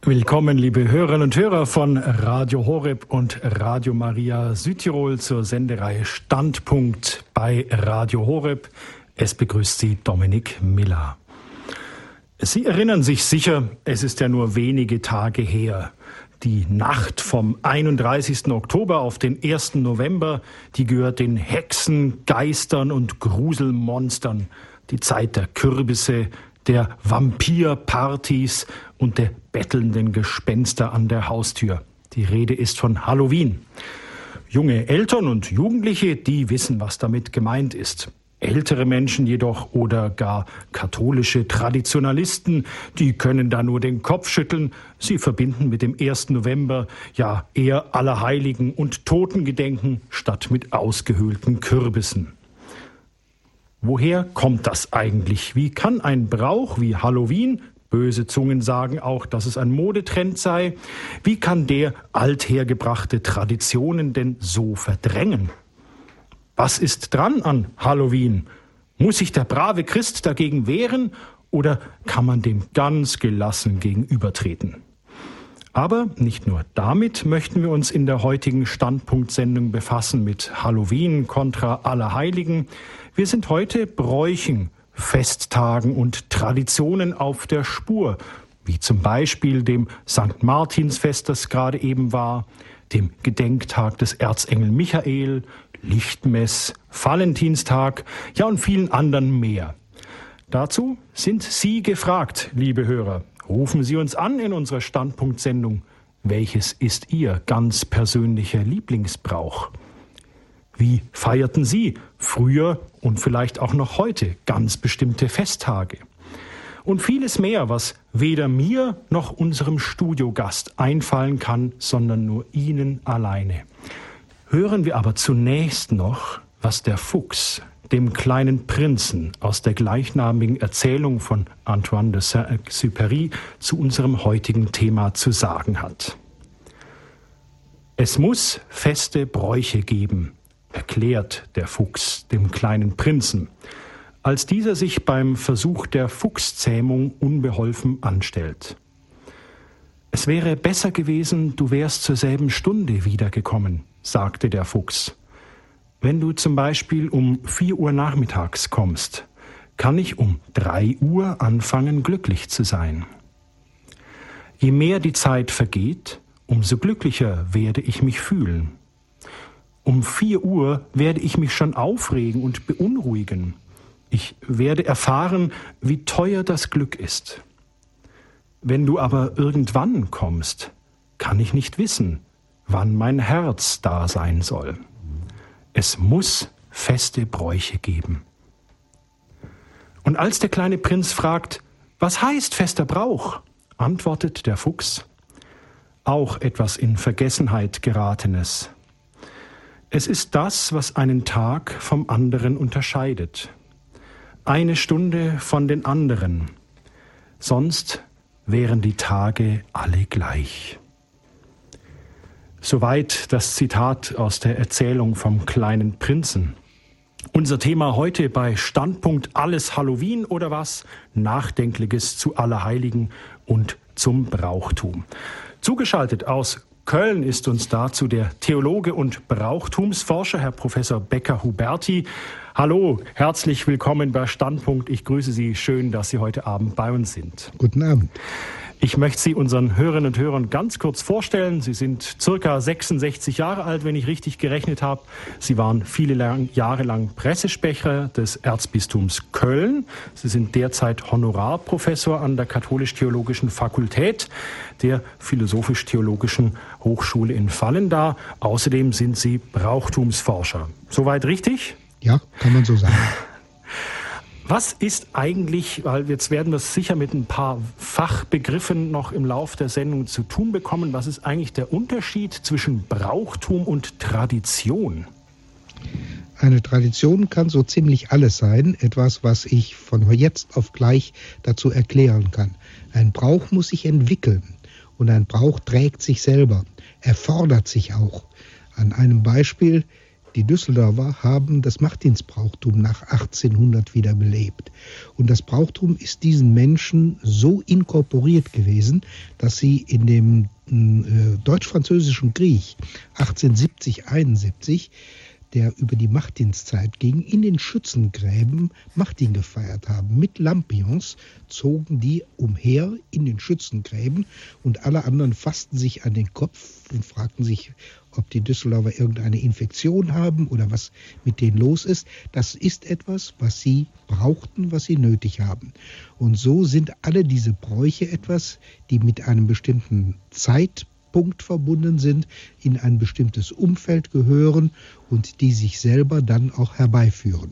Willkommen, liebe Hörerinnen und Hörer von Radio Horeb und Radio Maria Südtirol zur Sendereihe Standpunkt bei Radio Horeb. Es begrüßt Sie Dominik Miller. Sie erinnern sich sicher, es ist ja nur wenige Tage her. Die Nacht vom 31. Oktober auf den 1. November, die gehört den Hexen, Geistern und Gruselmonstern. Die Zeit der Kürbisse, der Vampirpartys und der bettelnden Gespenster an der Haustür. Die Rede ist von Halloween. Junge Eltern und Jugendliche, die wissen, was damit gemeint ist. Ältere Menschen jedoch oder gar katholische Traditionalisten, die können da nur den Kopf schütteln. Sie verbinden mit dem 1. November ja eher Allerheiligen und Totengedenken statt mit ausgehöhlten Kürbissen. Woher kommt das eigentlich? Wie kann ein Brauch wie Halloween, böse Zungen sagen auch, dass es ein Modetrend sei, wie kann der althergebrachte Traditionen denn so verdrängen? Was ist dran an Halloween? Muss sich der brave Christ dagegen wehren oder kann man dem ganz gelassen gegenübertreten? Aber nicht nur damit möchten wir uns in der heutigen Standpunktsendung befassen mit Halloween kontra Allerheiligen. Wir sind heute Bräuchen, Festtagen und Traditionen auf der Spur, wie zum Beispiel dem St. Martinsfest, das gerade eben war, dem Gedenktag des Erzengel Michael, Lichtmess, Valentinstag, ja und vielen anderen mehr. Dazu sind Sie gefragt, liebe Hörer. Rufen Sie uns an in unserer Standpunktsendung. Welches ist Ihr ganz persönlicher Lieblingsbrauch? Wie feierten Sie früher und vielleicht auch noch heute ganz bestimmte Festtage? Und vieles mehr, was weder mir noch unserem Studiogast einfallen kann, sondern nur Ihnen alleine. Hören wir aber zunächst noch, was der Fuchs, dem kleinen Prinzen aus der gleichnamigen Erzählung von Antoine de Saint-Exupéry zu unserem heutigen Thema zu sagen hat. Es muss feste Bräuche geben, erklärt der Fuchs dem kleinen Prinzen, als dieser sich beim Versuch der Fuchszähmung unbeholfen anstellt. Es wäre besser gewesen, du wärst zur selben Stunde wiedergekommen, sagte der Fuchs. Wenn du zum Beispiel um 4 Uhr nachmittags kommst, kann ich um 3 Uhr anfangen, glücklich zu sein. Je mehr die Zeit vergeht, umso glücklicher werde ich mich fühlen. Um 4 Uhr werde ich mich schon aufregen und beunruhigen. Ich werde erfahren, wie teuer das Glück ist. Wenn du aber irgendwann kommst, kann ich nicht wissen, wann mein Herz da sein soll. Es muss feste Bräuche geben. Und als der kleine Prinz fragt, was heißt fester Brauch, antwortet der Fuchs, auch etwas in Vergessenheit geratenes. Es ist das, was einen Tag vom anderen unterscheidet. Eine Stunde von den anderen. Sonst wären die Tage alle gleich. Soweit das Zitat aus der Erzählung vom kleinen Prinzen. Unser Thema heute bei Standpunkt Alles Halloween oder was? Nachdenkliches zu Allerheiligen und zum Brauchtum. Zugeschaltet aus Köln ist uns dazu der Theologe und Brauchtumsforscher, Herr Professor Becker-Huberti. Hallo, herzlich willkommen bei Standpunkt. Ich grüße Sie. Schön, dass Sie heute Abend bei uns sind. Guten Abend. Ich möchte Sie unseren Hörerinnen und Hörern ganz kurz vorstellen. Sie sind circa 66 Jahre alt, wenn ich richtig gerechnet habe. Sie waren viele Jahre lang Pressesprecher des Erzbistums Köln. Sie sind derzeit Honorarprofessor an der Katholisch-Theologischen Fakultät der Philosophisch-Theologischen Hochschule in Vallendar. Außerdem sind Sie Brauchtumsforscher. Soweit richtig? Ja, kann man so sagen. Was ist eigentlich, weil jetzt werden wir es sicher mit ein paar Fachbegriffen noch im Lauf der Sendung zu tun bekommen, was ist eigentlich der Unterschied zwischen Brauchtum und Tradition? Eine Tradition kann so ziemlich alles sein, etwas, was ich von jetzt auf gleich dazu erklären kann. Ein Brauch muss sich entwickeln und ein Brauch trägt sich selber, er fordert sich auch. An einem Beispiel: Die Düsseldorfer haben das Martinsbrauchtum nach 1800 wieder belebt. Und das Brauchtum ist diesen Menschen so inkorporiert gewesen, dass sie in dem Deutsch-Französischen Krieg 1870-71, der über die Martinszeit ging, in den Schützengräben Martin gefeiert haben. Mit Lampions zogen die umher in den Schützengräben und alle anderen fassten sich an den Kopf und fragten sich, ob die Düsseldorfer irgendeine Infektion haben oder was mit denen los ist. Das ist etwas, was sie brauchten, was sie nötig haben. Und so sind alle diese Bräuche etwas, die mit einem bestimmten Zeitpunkt verbunden sind, in ein bestimmtes Umfeld gehören und die sich selber dann auch herbeiführen.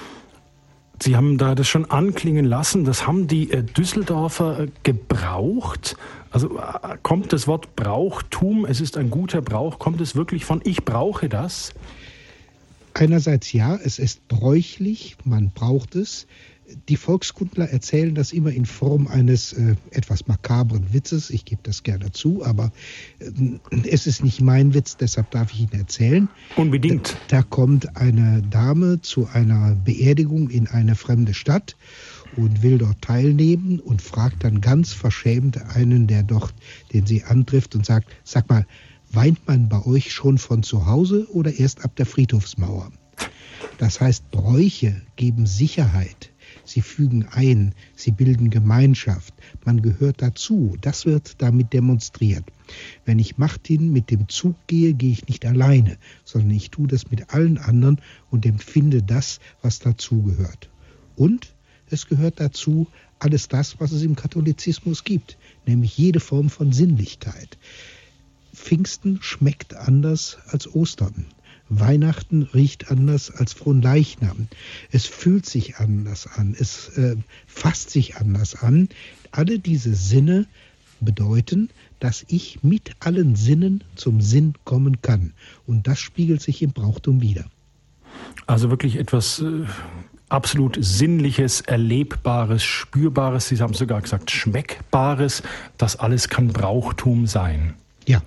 Sie haben da das schon anklingen lassen, das haben die Düsseldorfer gebraucht. Also kommt das Wort Brauchtum, es ist ein guter Brauch, kommt es wirklich von ich brauche das? Einerseits ja, es ist bräuchlich, man braucht es. Die Volkskundler erzählen das immer in Form eines etwas makabren Witzes. Ich gebe das gerne zu, aber es ist nicht mein Witz, deshalb darf ich ihn erzählen. Unbedingt. Da kommt eine Dame zu einer Beerdigung in eine fremde Stadt und will dort teilnehmen und fragt dann ganz verschämt einen, den sie antrifft und sagt, sag mal, weint man bei euch schon von zu Hause oder erst ab der Friedhofsmauer? Das heißt, Bräuche geben Sicherheit. Sie fügen ein, sie bilden Gemeinschaft, man gehört dazu, das wird damit demonstriert. Wenn ich Martin mit dem Zug gehe, gehe ich nicht alleine, sondern ich tue das mit allen anderen und empfinde das, was dazugehört. Und es gehört dazu alles das, was es im Katholizismus gibt, nämlich jede Form von Sinnlichkeit. Pfingsten schmeckt anders als Ostern. Weihnachten riecht anders als Fronleichnam. Es fühlt sich anders an, es fasst sich anders an. Alle diese Sinne bedeuten, dass ich mit allen Sinnen zum Sinn kommen kann. Und das spiegelt sich im Brauchtum wider. Also wirklich etwas absolut Sinnliches, Erlebbares, Spürbares, Sie haben sogar gesagt Schmeckbares. Das alles kann Brauchtum sein. Ja.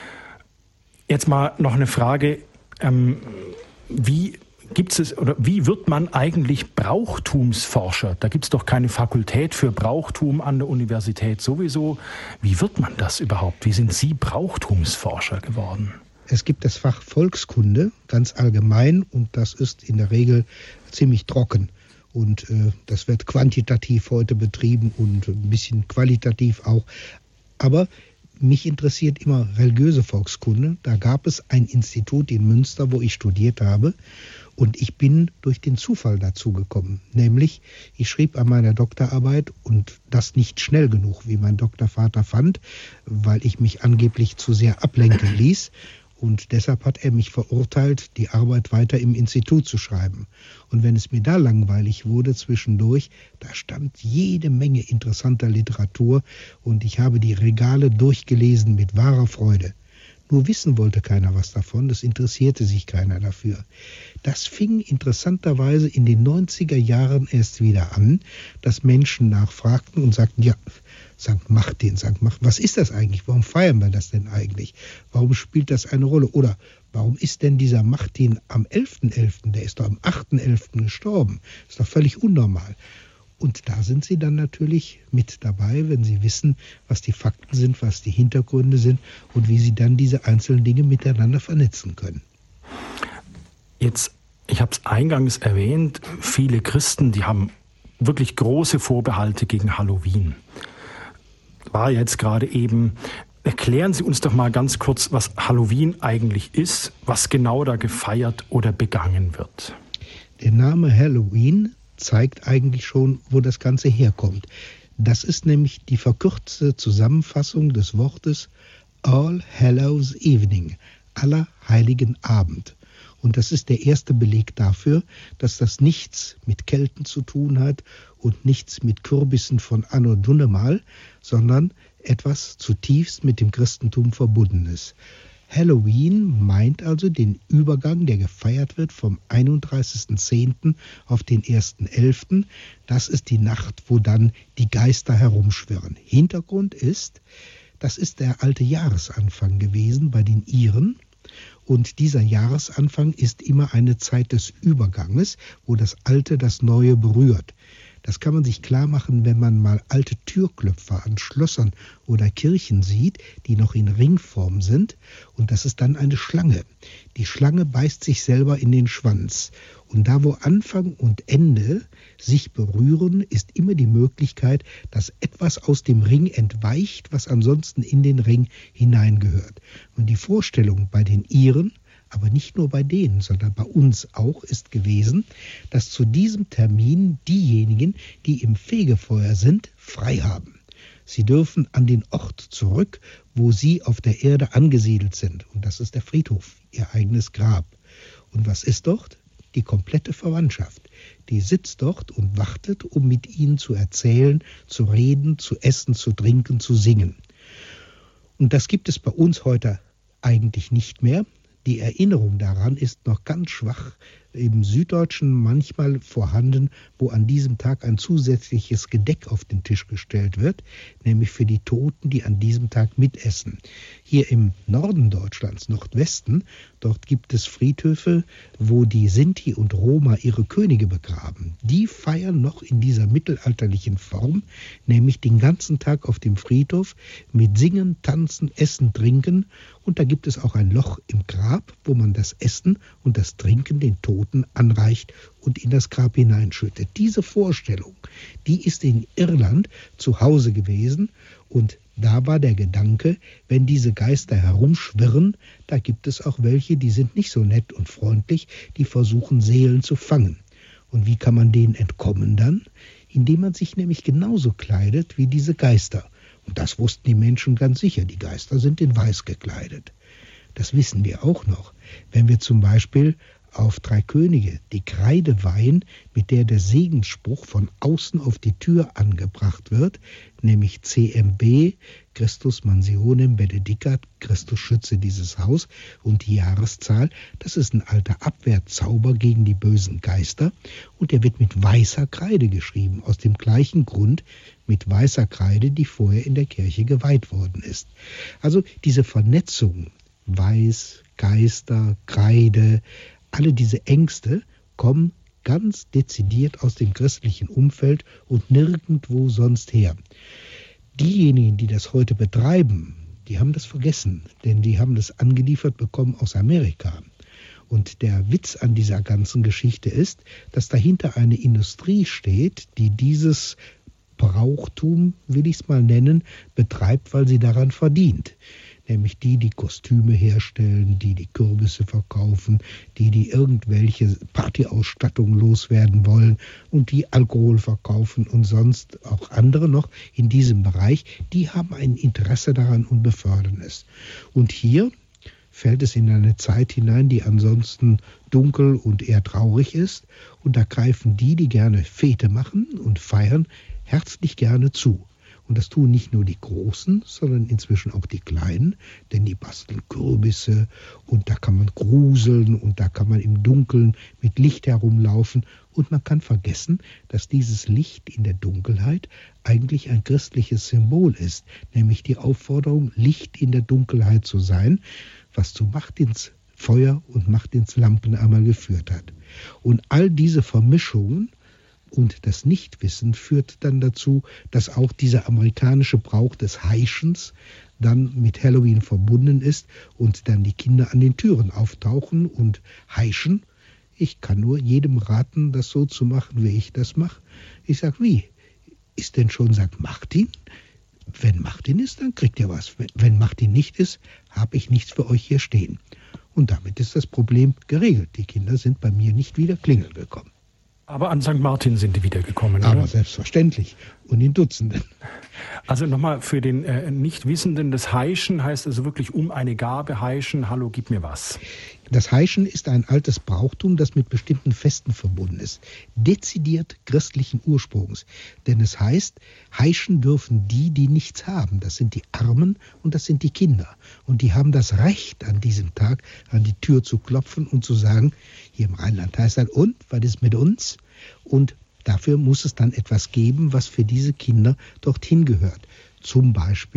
Jetzt mal noch eine Frage. Wie wird man eigentlich Brauchtumsforscher? Da gibt es doch keine Fakultät für Brauchtum an der Universität sowieso. Wie wird man das überhaupt? Wie sind Sie Brauchtumsforscher geworden? Es gibt das Fach Volkskunde ganz allgemein und das ist in der Regel ziemlich trocken. Und das wird quantitativ heute betrieben und ein bisschen qualitativ auch. Aber mich interessiert immer religiöse Volkskunde. Da gab es ein Institut in Münster, wo ich studiert habe. Und ich bin durch den Zufall dazu gekommen. Nämlich, ich schrieb an meiner Doktorarbeit und das nicht schnell genug, wie mein Doktorvater fand, weil ich mich angeblich zu sehr ablenken ließ. Und deshalb hat er mich verurteilt, die Arbeit weiter im Institut zu schreiben. Und wenn es mir da langweilig wurde zwischendurch, da stand jede Menge interessanter Literatur und ich habe die Regale durchgelesen mit wahrer Freude. Nur wissen wollte keiner was davon, es interessierte sich keiner dafür. Das fing interessanterweise in den 90er Jahren erst wieder an, dass Menschen nachfragten und sagten, ja, St. Martin, was ist das eigentlich? Warum feiern wir das denn eigentlich? Warum spielt das eine Rolle? Oder warum ist denn dieser Martin am 11.11., der ist doch am 8.11. gestorben? Ist doch völlig unnormal. Und da sind Sie dann natürlich mit dabei, wenn Sie wissen, was die Fakten sind, was die Hintergründe sind und wie Sie dann diese einzelnen Dinge miteinander vernetzen können. Jetzt, ich habe es eingangs erwähnt, viele Christen, die haben wirklich große Vorbehalte gegen Halloween. War jetzt gerade eben. Erklären Sie uns doch mal ganz kurz, was Halloween eigentlich ist, was genau da gefeiert oder begangen wird. Der Name Halloween zeigt eigentlich schon, wo das Ganze herkommt. Das ist nämlich die verkürzte Zusammenfassung des Wortes All Hallows Evening, Allerheiligen Abend. Und das ist der erste Beleg dafür, dass das nichts mit Kelten zu tun hat und nichts mit Kürbissen von Anno Dunnemal, sondern etwas zutiefst mit dem Christentum verbunden ist. Halloween meint also den Übergang, der gefeiert wird vom 31.10. auf den 1.11. Das ist die Nacht, wo dann die Geister herumschwirren. Hintergrund ist, das ist der alte Jahresanfang gewesen bei den Iren. Und dieser Jahresanfang ist immer eine Zeit des Überganges, wo das Alte das Neue berührt. Das kann man sich klar machen, wenn man mal alte Türklöpfer an Schlössern oder Kirchen sieht, die noch in Ringform sind. Und das ist dann eine Schlange. Die Schlange beißt sich selber in den Schwanz. Und da, wo Anfang und Ende sich berühren, ist immer die Möglichkeit, dass etwas aus dem Ring entweicht, was ansonsten in den Ring hineingehört. Und die Vorstellung bei den Iren, aber nicht nur bei denen, sondern bei uns auch, ist gewesen, dass zu diesem Termin diejenigen, die im Fegefeuer sind, frei haben. Sie dürfen an den Ort zurück, wo sie auf der Erde angesiedelt sind. Und das ist der Friedhof, ihr eigenes Grab. Und was ist dort? Die komplette Verwandtschaft. Die sitzt dort und wartet, um mit ihnen zu erzählen, zu reden, zu essen, zu trinken, zu singen. Und das gibt es bei uns heute eigentlich nicht mehr. Die Erinnerung daran ist noch ganz schwach im Süddeutschen manchmal vorhanden, wo an diesem Tag ein zusätzliches Gedeck auf den Tisch gestellt wird, nämlich für die Toten, die an diesem Tag mitessen. Hier im Norden Deutschlands, Nordwesten, dort gibt es Friedhöfe, wo die Sinti und Roma ihre Könige begraben. Die feiern noch in dieser mittelalterlichen Form, nämlich den ganzen Tag auf dem Friedhof mit Singen, Tanzen, Essen, Trinken. Und da gibt es auch ein Loch im Grab, wo man das Essen und das Trinken den Toten anreicht und in das Grab hineinschüttet. Diese Vorstellung, die ist in Irland zu Hause gewesen und da war der Gedanke, wenn diese Geister herumschwirren, da gibt es auch welche, die sind nicht so nett und freundlich, die versuchen Seelen zu fangen. Und wie kann man denen entkommen dann? Indem man sich nämlich genauso kleidet wie diese Geister. Und das wussten die Menschen ganz sicher, die Geister sind in weiß gekleidet. Das wissen wir auch noch. Wenn wir zum Beispiel auf Drei Könige die Kreide weihen, mit der der Segensspruch von außen auf die Tür angebracht wird, nämlich CMB, Christus Mansionem Benedicat, Christus schütze dieses Haus, und die Jahreszahl, das ist ein alter Abwehrzauber gegen die bösen Geister und der wird mit weißer Kreide geschrieben, aus dem gleichen Grund mit weißer Kreide, die vorher in der Kirche geweiht worden ist. Also diese Vernetzung, Weiß, Geister, Kreide, alle diese Ängste kommen ganz dezidiert aus dem christlichen Umfeld und nirgendwo sonst her. Diejenigen, die das heute betreiben, die haben das vergessen, denn die haben das angeliefert bekommen aus Amerika. Und der Witz an dieser ganzen Geschichte ist, dass dahinter eine Industrie steht, die dieses Brauchtum, will ich es mal nennen, betreibt, weil sie daran verdient. Nämlich die Kostüme herstellen, die Kürbisse verkaufen, die irgendwelche Partyausstattung loswerden wollen und die Alkohol verkaufen und sonst auch andere noch in diesem Bereich, die haben ein Interesse daran und befördern es. Und hier fällt es in eine Zeit hinein, die ansonsten dunkel und eher traurig ist. Und da greifen die gerne Fete machen und feiern, herzlich gerne zu. Und das tun nicht nur die Großen, sondern inzwischen auch die Kleinen, denn die basteln Kürbisse und da kann man gruseln und da kann man im Dunkeln mit Licht herumlaufen. Und man kann vergessen, dass dieses Licht in der Dunkelheit eigentlich ein christliches Symbol ist, nämlich die Aufforderung, Licht in der Dunkelheit zu sein, was zu Macht ins Feuer und Macht ins Lampeneimer geführt hat. Und all diese Vermischungen und das Nichtwissen führt dann dazu, dass auch dieser amerikanische Brauch des Heischens dann mit Halloween verbunden ist und dann die Kinder an den Türen auftauchen und heischen. Ich kann nur jedem raten, das so zu machen, wie ich das mache. Ich sage, wie? Ist denn schon St. Martin? Wenn Martin ist, dann kriegt ihr was. Wenn Martin nicht ist, habe ich nichts für euch hier stehen. Und damit ist das Problem geregelt. Die Kinder sind bei mir nicht wieder klingeln gekommen. Aber an St. Martin sind die wiedergekommen, Aber oder? Selbstverständlich. Und in Dutzenden. Also nochmal für den Nichtwissenden, das Heischen heißt also wirklich um eine Gabe heischen, hallo, gib mir was. Das Heischen ist ein altes Brauchtum, das mit bestimmten Festen verbunden ist. Dezidiert christlichen Ursprungs. Denn es heißt, heischen dürfen die, die nichts haben. Das sind die Armen und das sind die Kinder. Und die haben das Recht, an diesem Tag an die Tür zu klopfen und zu sagen, hier im Rheinland heißt das, und, was ist mit uns? Und dafür muss es dann etwas geben, was für diese Kinder dorthin gehört. Zum Beispiel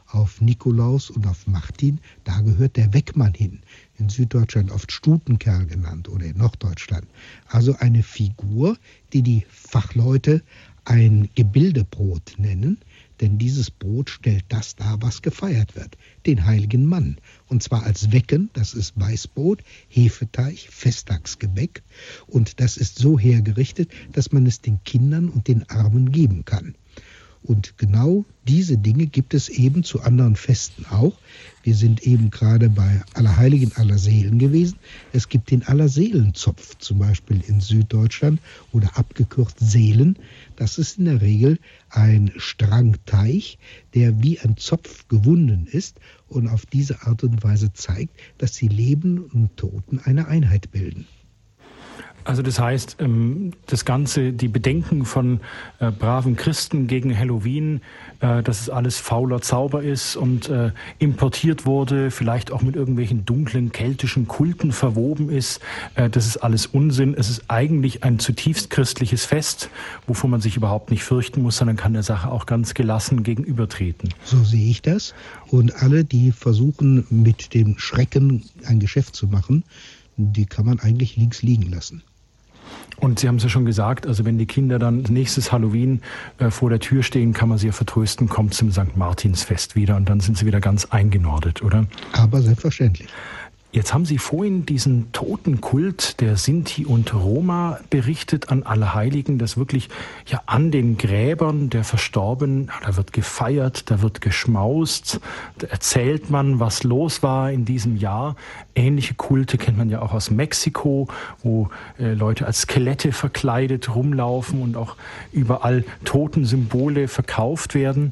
auf Nikolaus und auf Martin, da gehört der Weckmann hin. In Süddeutschland oft Stutenkerl genannt oder in Norddeutschland. Also eine Figur, die die Fachleute ein Gebildebrot nennen, denn dieses Brot stellt das dar, was gefeiert wird, den heiligen Mann. Und zwar als Wecken, das ist Weißbrot, Hefeteig, Festtagsgebäck. Und das ist so hergerichtet, dass man es den Kindern und den Armen geben kann. Und genau diese Dinge gibt es eben zu anderen Festen auch. Wir sind eben gerade bei Allerheiligen, Allerseelen gewesen. Es gibt den Allerseelenzopf zum Beispiel in Süddeutschland oder abgekürzt Seelen. Das ist in der Regel ein Strangteich, der wie ein Zopf gewunden ist und auf diese Art und Weise zeigt, dass die Lebenden und Toten eine Einheit bilden. Also das heißt, das Ganze, die Bedenken von braven Christen gegen Halloween, dass es alles fauler Zauber ist und importiert wurde, vielleicht auch mit irgendwelchen dunklen keltischen Kulten verwoben ist, das ist alles Unsinn. Es ist eigentlich ein zutiefst christliches Fest, wovor man sich überhaupt nicht fürchten muss, sondern kann der Sache auch ganz gelassen gegenübertreten. So sehe ich das. Und alle, die versuchen, mit dem Schrecken ein Geschäft zu machen, die kann man eigentlich links liegen lassen. Und Sie haben es ja schon gesagt, also wenn die Kinder dann nächstes Halloween vor der Tür stehen, kann man sie ja vertrösten, kommt zum St. Martinsfest wieder und dann sind sie wieder ganz eingenordet, oder? Aber selbstverständlich. Jetzt haben Sie vorhin diesen Totenkult der Sinti und Roma berichtet an Allerheiligen, dass wirklich ja an den Gräbern der Verstorbenen, da wird gefeiert, da wird geschmaust, da erzählt man, was los war in diesem Jahr. Ähnliche Kulte kennt man ja auch aus Mexiko, wo Leute als Skelette verkleidet rumlaufen und auch überall Totensymbole verkauft werden.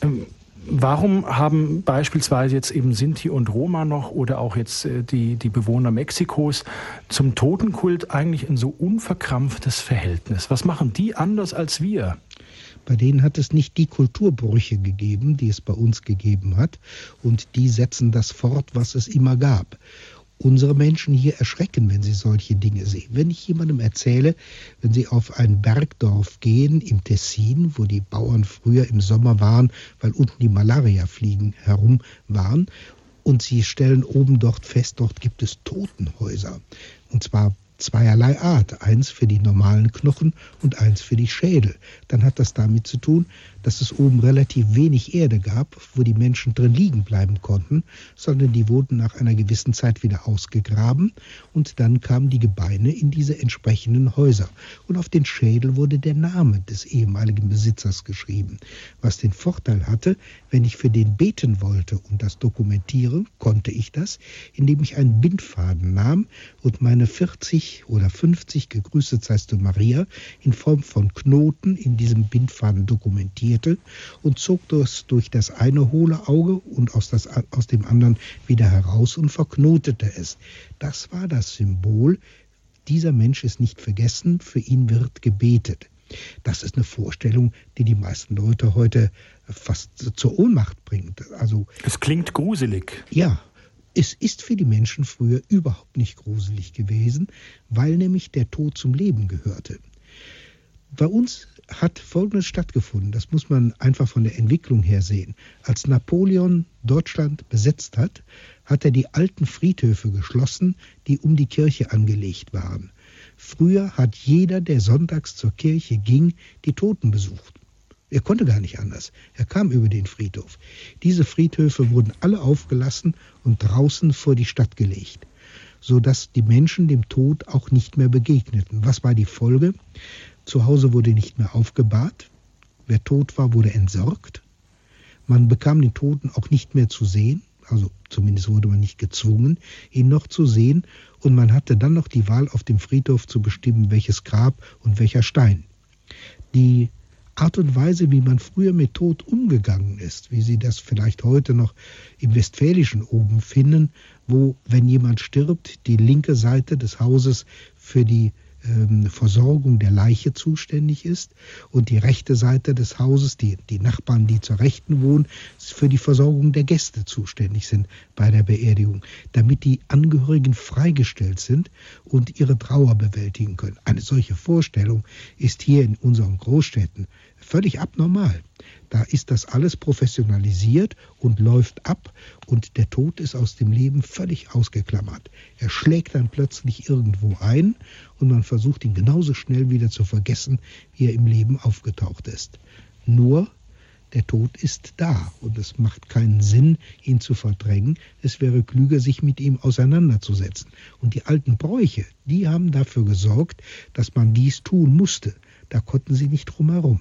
Warum haben beispielsweise jetzt eben Sinti und Roma noch oder auch jetzt die Bewohner Mexikos zum Totenkult eigentlich ein so unverkrampftes Verhältnis? Was machen die anders als wir? Bei denen hat es nicht die Kulturbrüche gegeben, die es bei uns gegeben hat. Und die setzen das fort, was es immer gab. Unsere Menschen hier erschrecken, wenn sie solche Dinge sehen. Wenn ich jemandem erzähle, wenn sie auf ein Bergdorf gehen im Tessin, wo die Bauern früher im Sommer waren, weil unten die Malariafliegen herum waren, und sie stellen oben dort fest, dort gibt es Totenhäuser. Und zwar zweierlei Art, eins für die normalen Knochen und eins für die Schädel. Dann hat das damit zu tun, dass es oben relativ wenig Erde gab, wo die Menschen drin liegen bleiben konnten, sondern die wurden nach einer gewissen Zeit wieder ausgegraben und dann kamen die Gebeine in diese entsprechenden Häuser. Und auf den Schädel wurde der Name des ehemaligen Besitzers geschrieben, was den Vorteil hatte, wenn ich für den beten wollte und das dokumentieren, konnte ich das, indem ich einen Bindfaden nahm und meine 40 oder 50 gegrüßet seist du Maria in Form von Knoten in diesem Bindfaden dokumentierte und zog das durch das eine hohle Auge und aus dem anderen wieder heraus und verknotete es. Das war das Symbol, dieser Mensch ist nicht vergessen, für ihn wird gebetet. Das ist eine Vorstellung, die die meisten Leute heute fast zur Ohnmacht bringt. Also, es klingt gruselig. Ja. Es ist für die Menschen früher überhaupt nicht gruselig gewesen, weil nämlich der Tod zum Leben gehörte. Bei uns hat Folgendes stattgefunden, das muss man einfach von der Entwicklung her sehen. Als Napoleon Deutschland besetzt hat, hat er die alten Friedhöfe geschlossen, die um die Kirche angelegt waren. Früher hat jeder, der sonntags zur Kirche ging, die Toten besucht. Er konnte gar nicht anders. Er kam über den Friedhof. Diese Friedhöfe wurden alle aufgelassen und draußen vor die Stadt gelegt, sodass die Menschen dem Tod auch nicht mehr begegneten. Was war die Folge? Zu Hause wurde nicht mehr aufgebahrt. Wer tot war, wurde entsorgt. Man bekam den Toten auch nicht mehr zu sehen. Also zumindest wurde man nicht gezwungen, ihn noch zu sehen. Und man hatte dann noch die Wahl, auf dem Friedhof zu bestimmen, welches Grab und welcher Stein. Die Art und Weise, wie man früher mit Tod umgegangen ist, wie Sie das vielleicht heute noch im Westfälischen oben finden, wo, wenn jemand stirbt, die linke Seite des Hauses für die Versorgung der Leiche zuständig ist und die rechte Seite des Hauses, die Nachbarn, die zur Rechten wohnen, für die Versorgung der Gäste zuständig sind bei der Beerdigung, damit die Angehörigen freigestellt sind und ihre Trauer bewältigen können. Eine solche Vorstellung ist hier in unseren Großstädten völlig abnormal. Da ist das alles professionalisiert und läuft ab und der Tod ist aus dem Leben völlig ausgeklammert. Er schlägt dann plötzlich irgendwo ein und man versucht ihn genauso schnell wieder zu vergessen, wie er im Leben aufgetaucht ist. Nur der Tod ist da und es macht keinen Sinn, ihn zu verdrängen. Es wäre klüger, sich mit ihm auseinanderzusetzen. Und die alten Bräuche, die haben dafür gesorgt, dass man dies tun musste. Da konnten sie nicht drum herum.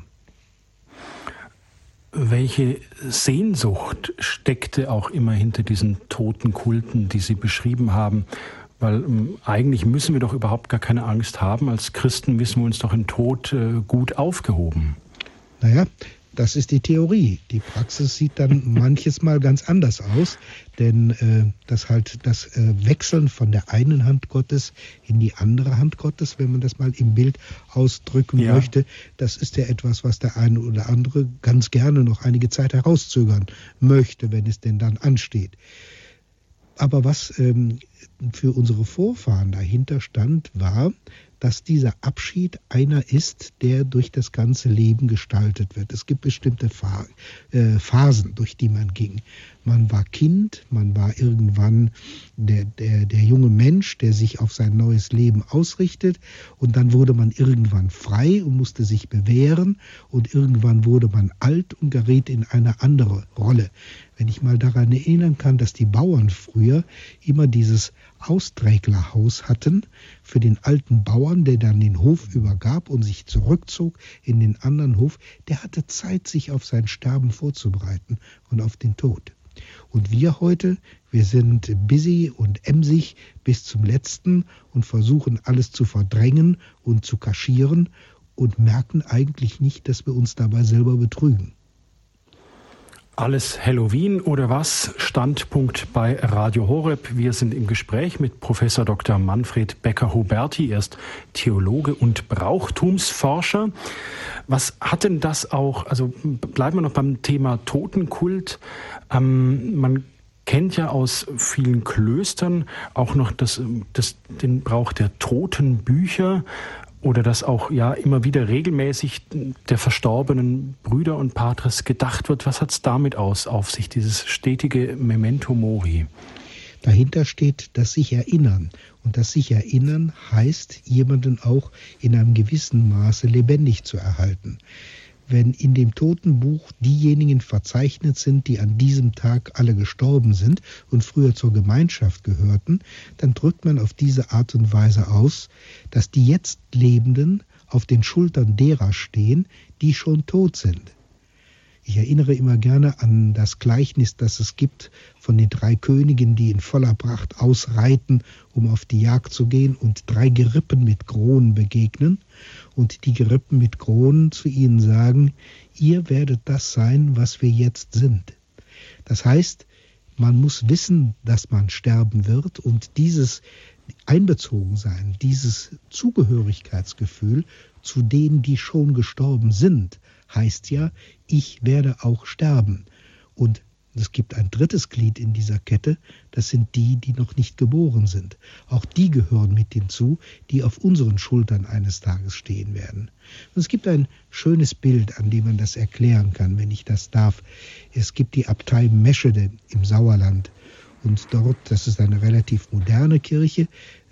Welche Sehnsucht steckte auch immer hinter diesen Totenkulten, die Sie beschrieben haben? Weil eigentlich müssen wir doch überhaupt gar keine Angst haben. Als Christen wissen wir uns doch im Tod gut aufgehoben. Naja, das ist die Theorie. Die Praxis sieht dann manches Mal ganz anders aus, denn das Wechseln von der einen Hand Gottes in die andere Hand Gottes, wenn man das mal im Bild ausdrücken möchte, das ist ja etwas, was der eine oder andere ganz gerne noch einige Zeit herauszögern möchte, wenn es denn dann ansteht. Aber was für unsere Vorfahren dahinter stand, war, dass dieser Abschied einer ist, der durch das ganze Leben gestaltet wird. Es gibt bestimmte Phasen, durch die man ging. Man war Kind, man war irgendwann der junge Mensch, der sich auf sein neues Leben ausrichtet, und dann wurde man irgendwann frei und musste sich bewähren und irgendwann wurde man alt und geriet in eine andere Rolle. Wenn ich mal daran erinnern kann, dass die Bauern früher immer dieses Austräglerhaus hatten für den alten Bauern, der dann den Hof übergab und sich zurückzog in den anderen Hof, der hatte Zeit, sich auf sein Sterben vorzubereiten und auf den Tod. Und wir heute, wir sind busy und emsig bis zum Letzten und versuchen alles zu verdrängen und zu kaschieren und merken eigentlich nicht, dass wir uns dabei selber betrügen. Alles Halloween oder was? Standpunkt bei Radio Horeb. Wir sind im Gespräch mit Professor Dr. Manfred Becker-Huberti. Er ist Theologe und Brauchtumsforscher. Was hat denn das auch, also bleiben wir noch beim Thema Totenkult. Man kennt ja aus vielen Klöstern auch noch den Brauch der Totenbücher. Oder dass auch immer wieder regelmäßig der verstorbenen Brüder und Patres gedacht wird. Was hat es damit auf sich, dieses stetige Memento Mori? Dahinter steht das sich erinnern. Und das sich erinnern heißt, jemanden auch in einem gewissen Maße lebendig zu erhalten. Wenn in dem Totenbuch diejenigen verzeichnet sind, die an diesem Tag alle gestorben sind und früher zur Gemeinschaft gehörten, dann drückt man auf diese Art und Weise aus, dass die jetzt Lebenden auf den Schultern derer stehen, die schon tot sind. Ich erinnere immer gerne an das Gleichnis, das es gibt von den 3 Königen, die in voller Pracht ausreiten, um auf die Jagd zu gehen und 3 Gerippen mit Kronen begegnen und die Gerippen mit Kronen zu ihnen sagen, ihr werdet das sein, was wir jetzt sind. Das heißt, man muss wissen, dass man sterben wird und dieses Einbezogensein, dieses Zugehörigkeitsgefühl zu denen, die schon gestorben sind, heißt ja, ich werde auch sterben. Und es gibt ein drittes Glied in dieser Kette, das sind die, die noch nicht geboren sind. Auch die gehören mit hinzu, die auf unseren Schultern eines Tages stehen werden. Und es gibt ein schönes Bild, an dem man das erklären kann, wenn ich das darf. Es gibt die Abtei Meschede im Sauerland. Und dort, das ist eine relativ moderne Kirche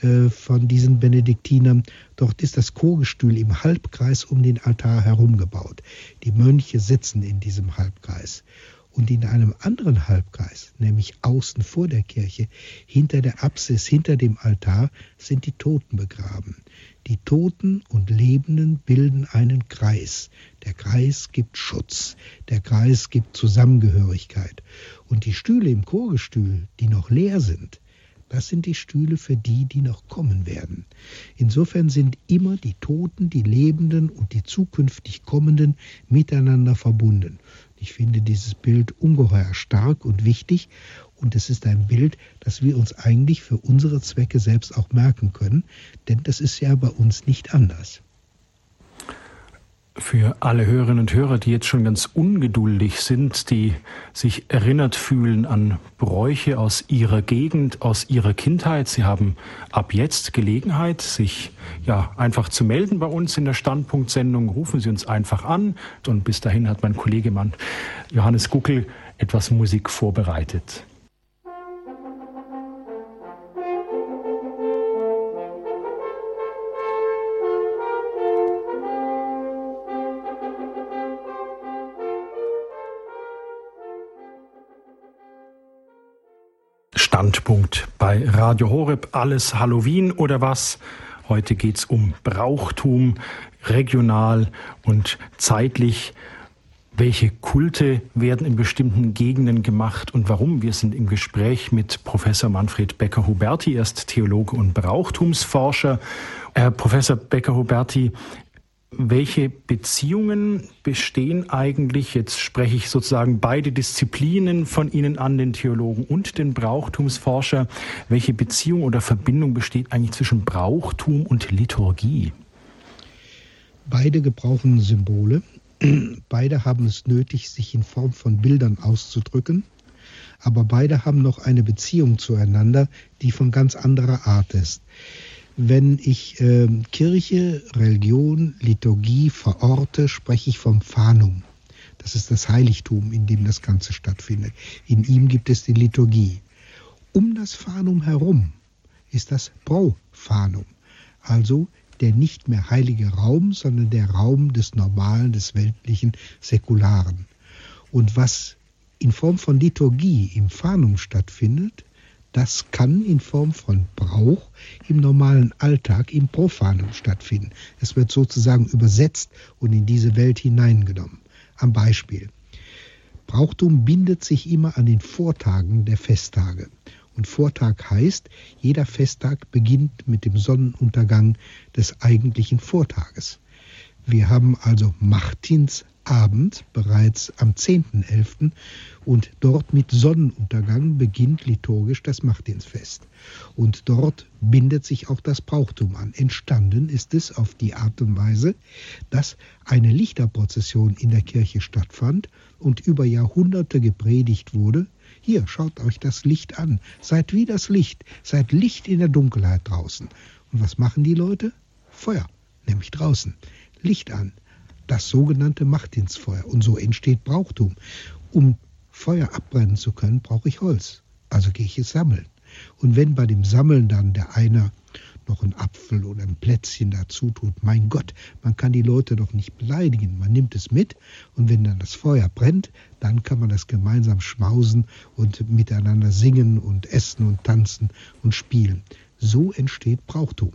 von diesen Benediktinern, dort ist das Chorgestühl im Halbkreis um den Altar herumgebaut. Die Mönche sitzen in diesem Halbkreis. Und in einem anderen Halbkreis, nämlich außen vor der Kirche, hinter der Apsis, hinter dem Altar, sind die Toten begraben. Die Toten und Lebenden bilden einen Kreis. Der Kreis gibt Schutz, der Kreis gibt Zusammengehörigkeit. Und die Stühle im Chorgestühl, die noch leer sind, das sind die Stühle für die, die noch kommen werden. Insofern sind immer die Toten, die Lebenden und die zukünftig Kommenden miteinander verbunden. Ich finde dieses Bild ungeheuer stark und wichtig und es ist ein Bild, das wir uns eigentlich für unsere Zwecke selbst auch merken können, denn das ist ja bei uns nicht anders. Für alle Hörerinnen und Hörer, die jetzt schon ganz ungeduldig sind, die sich erinnert fühlen an Bräuche aus ihrer Gegend, aus ihrer Kindheit, Sie haben ab jetzt Gelegenheit, sich einfach zu melden bei uns in der Standpunktsendung. Rufen Sie uns einfach an. Und bis dahin hat mein Kollege Johannes Guckel etwas Musik vorbereitet. Standpunkt bei Radio Horeb, alles Halloween oder was? Heute geht's um Brauchtum, regional und zeitlich. Welche Kulte werden in bestimmten Gegenden gemacht und warum? Wir sind im Gespräch mit Professor Manfred Becker-Huberti, er ist Theologe und Brauchtumsforscher. Herr Professor Becker-Huberti, welche Beziehungen bestehen eigentlich, jetzt spreche ich sozusagen beide Disziplinen von Ihnen an, den Theologen und den Brauchtumsforscher, welche Beziehung oder Verbindung besteht eigentlich zwischen Brauchtum und Liturgie? Beide gebrauchen Symbole, beide haben es nötig, sich in Form von Bildern auszudrücken, aber beide haben noch eine Beziehung zueinander, die von ganz anderer Art ist. Wenn ich Kirche, Religion, Liturgie verorte, spreche ich vom Phanum. Das ist das Heiligtum, in dem das Ganze stattfindet. In ihm gibt es die Liturgie. Um das Phanum herum ist das Prophanum, also der nicht mehr heilige Raum, sondern der Raum des Normalen, des Weltlichen, Säkularen. Und was in Form von Liturgie im Phanum stattfindet, das kann in Form von Brauch im normalen Alltag, im Profanum stattfinden. Es wird sozusagen übersetzt und in diese Welt hineingenommen. Am Beispiel. Brauchtum bindet sich immer an den Vortagen der Festtage. Und Vortag heißt, jeder Festtag beginnt mit dem Sonnenuntergang des eigentlichen Vortages. Wir haben also Martinsabend bereits am 10.11. und dort mit Sonnenuntergang beginnt liturgisch das Martinsfest. Und dort bindet sich auch das Brauchtum an. Entstanden ist es auf die Art und Weise, dass eine Lichterprozession in der Kirche stattfand und über Jahrhunderte gepredigt wurde. Hier, schaut euch das Licht an. Seid wie das Licht. Seid Licht in der Dunkelheit draußen. Und was machen die Leute? Feuer, nämlich draußen. Licht an. Das sogenannte Martinsfeuer. Und so entsteht Brauchtum. Um Feuer abbrennen zu können, brauche ich Holz. Also gehe ich es sammeln. Und wenn bei dem Sammeln dann der eine noch einen Apfel oder ein Plätzchen dazu tut, mein Gott, man kann die Leute doch nicht beleidigen. Man nimmt es mit und wenn dann das Feuer brennt, dann kann man das gemeinsam schmausen und miteinander singen und essen und tanzen und spielen. So entsteht Brauchtum.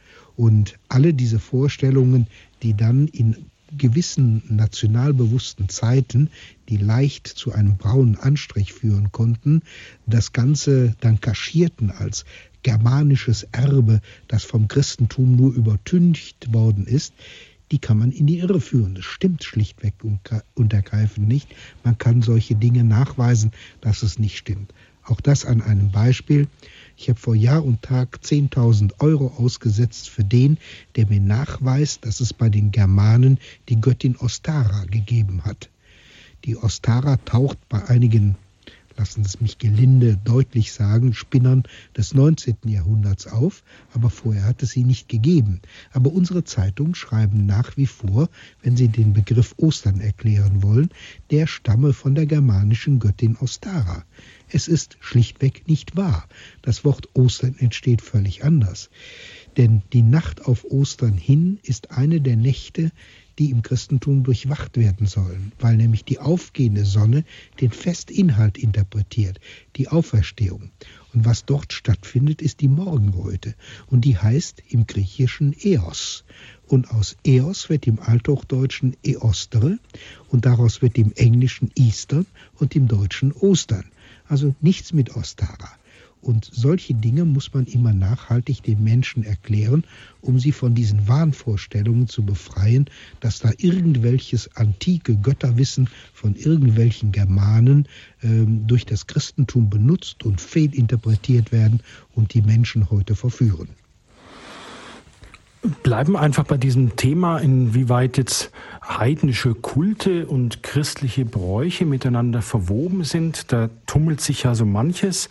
Und alle diese Vorstellungen, die dann in gewissen nationalbewussten Zeiten, die leicht zu einem braunen Anstrich führen konnten, das Ganze dann kaschierten als germanisches Erbe, das vom Christentum nur übertüncht worden ist, die kann man in die Irre führen. Das stimmt schlichtweg und ergreifend nicht. Man kann solche Dinge nachweisen, dass es nicht stimmt. Auch das an einem Beispiel. Ich habe vor Jahr und Tag 10.000 Euro ausgesetzt für den, der mir nachweist, dass es bei den Germanen die Göttin Ostara gegeben hat. Die Ostara taucht bei einigen, lassen Sie es mich gelinde deutlich sagen, Spinnern des 19. Jahrhunderts auf, aber vorher hat es sie nicht gegeben. Aber unsere Zeitungen schreiben nach wie vor, wenn sie den Begriff Ostern erklären wollen, der stamme von der germanischen Göttin Ostara. Es ist schlichtweg nicht wahr. Das Wort Ostern entsteht völlig anders. Denn die Nacht auf Ostern hin ist eine der Nächte, die im Christentum durchwacht werden sollen, weil nämlich die aufgehende Sonne den Festinhalt interpretiert, die Auferstehung. Und was dort stattfindet, ist die Morgenröte. Und die heißt im Griechischen Eos. Und aus Eos wird im Althochdeutschen Eostere und daraus wird im Englischen Eastern und im Deutschen Ostern. Also nichts mit Ostara. Und solche Dinge muss man immer nachhaltig den Menschen erklären, um sie von diesen Wahnvorstellungen zu befreien, dass da irgendwelches antike Götterwissen von irgendwelchen Germanen durch das Christentum benutzt und fehlinterpretiert werden und die Menschen heute verführen. Bleiben einfach bei diesem Thema, inwieweit jetzt heidnische Kulte und christliche Bräuche miteinander verwoben sind. Da tummelt sich ja so manches.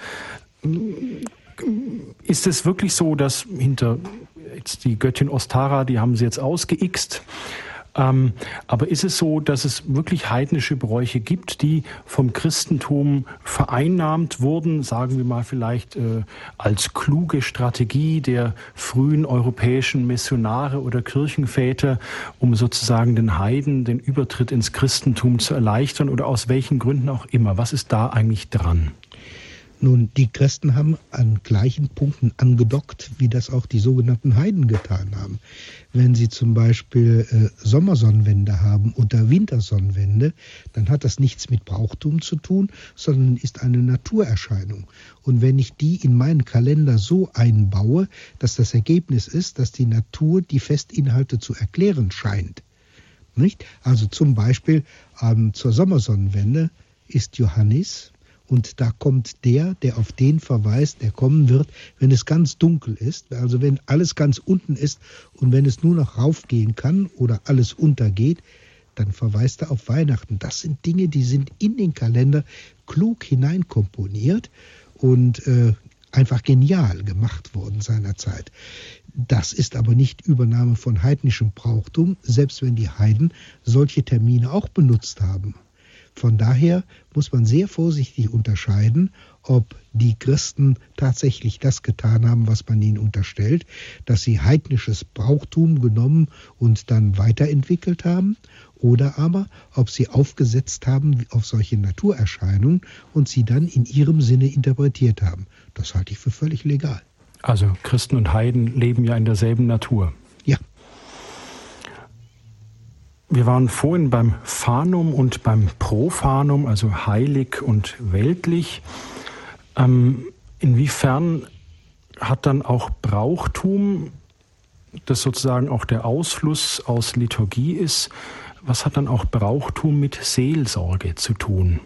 Ist es wirklich so, dass hinter jetzt die Göttin Ostara, die haben sie jetzt ausgeixt, aber ist es so, dass es wirklich heidnische Bräuche gibt, die vom Christentum vereinnahmt wurden, sagen wir mal vielleicht als kluge Strategie der frühen europäischen Missionare oder Kirchenväter, um sozusagen den Heiden den Übertritt ins Christentum zu erleichtern oder aus welchen Gründen auch immer? Was ist da eigentlich dran? Nun, die Christen haben an gleichen Punkten angedockt, wie das auch die sogenannten Heiden getan haben. Wenn sie zum Beispiel Sommersonnenwende haben oder Wintersonnenwende, dann hat das nichts mit Brauchtum zu tun, sondern ist eine Naturerscheinung. Und wenn ich die in meinen Kalender so einbaue, dass das Ergebnis ist, dass die Natur die Festinhalte zu erklären scheint, nicht? Also zum Beispiel zur Sommersonnenwende ist Johannis. Und da kommt der auf den verweist, der kommen wird, wenn es ganz dunkel ist, also wenn alles ganz unten ist und wenn es nur noch raufgehen kann oder alles untergeht, dann verweist er auf Weihnachten. Das sind Dinge, die sind in den Kalender klug hineinkomponiert und einfach genial gemacht worden seinerzeit. Das ist aber nicht Übernahme von heidnischem Brauchtum, selbst wenn die Heiden solche Termine auch benutzt haben. Von daher muss man sehr vorsichtig unterscheiden, ob die Christen tatsächlich das getan haben, was man ihnen unterstellt, dass sie heidnisches Brauchtum genommen und dann weiterentwickelt haben, oder aber ob sie aufgesetzt haben auf solche Naturerscheinungen und sie dann in ihrem Sinne interpretiert haben. Das halte ich für völlig legal. Also Christen und Heiden leben ja in derselben Natur. Ja. Wir waren vorhin beim Fanum und beim Profanum, also heilig und weltlich. Inwiefern hat dann auch Brauchtum, das sozusagen auch der Ausfluss aus Liturgie ist, was hat dann auch Brauchtum mit Seelsorge zu tun?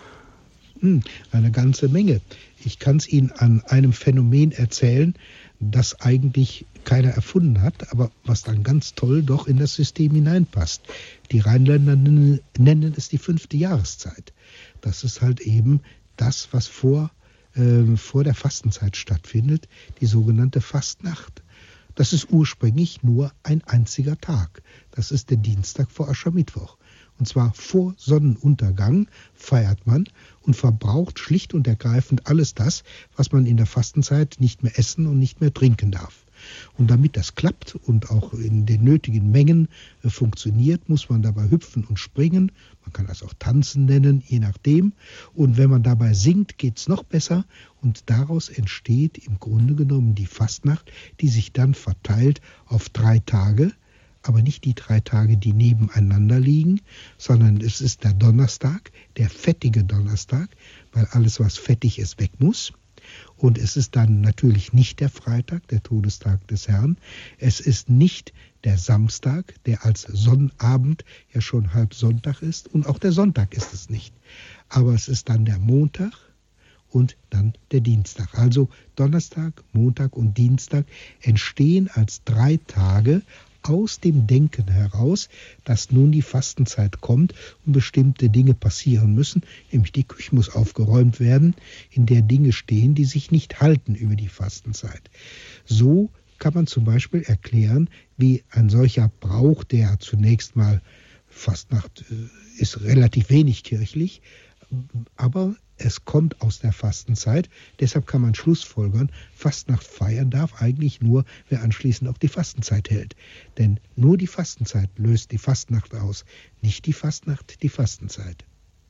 Eine ganze Menge. Ich kann es Ihnen an einem Phänomen erzählen, das eigentlich keiner erfunden hat, aber was dann ganz toll doch in das System hineinpasst. Die Rheinländer nennen es die 5. Jahreszeit. Das ist halt eben das, was vor der Fastenzeit stattfindet, die sogenannte Fastnacht. Das ist ursprünglich nur ein einziger Tag. Das ist der Dienstag vor Aschermittwoch. Und zwar vor Sonnenuntergang feiert man und verbraucht schlicht und ergreifend alles das, was man in der Fastenzeit nicht mehr essen und nicht mehr trinken darf. Und damit das klappt und auch in den nötigen Mengen funktioniert, muss man dabei hüpfen und springen. Man kann das auch tanzen nennen, je nachdem. Und wenn man dabei singt, geht's noch besser. Und daraus entsteht im Grunde genommen die Fastnacht, die sich dann verteilt auf 3 Tage. Aber nicht die 3 Tage, die nebeneinander liegen, sondern es ist der Donnerstag, der fettige Donnerstag, weil alles, was fettig ist, weg muss. Und es ist dann natürlich nicht der Freitag, der Todestag des Herrn. Es ist nicht der Samstag, der als Sonnabend ja schon halb Sonntag ist. Und auch der Sonntag ist es nicht. Aber es ist dann der Montag und dann der Dienstag. Also Donnerstag, Montag und Dienstag entstehen als 3 Tage aus dem Denken heraus, dass nun die Fastenzeit kommt und bestimmte Dinge passieren müssen, nämlich die Küche muss aufgeräumt werden, in der Dinge stehen, die sich nicht halten über die Fastenzeit. So kann man zum Beispiel erklären, wie ein solcher Brauch, der zunächst mal Fastnacht ist relativ wenig kirchlich, aber es kommt aus der Fastenzeit, deshalb kann man schlussfolgern, Fastnacht feiern darf eigentlich nur, wer anschließend auch die Fastenzeit hält. Denn nur die Fastenzeit löst die Fastnacht aus, nicht die Fastnacht die Fastenzeit.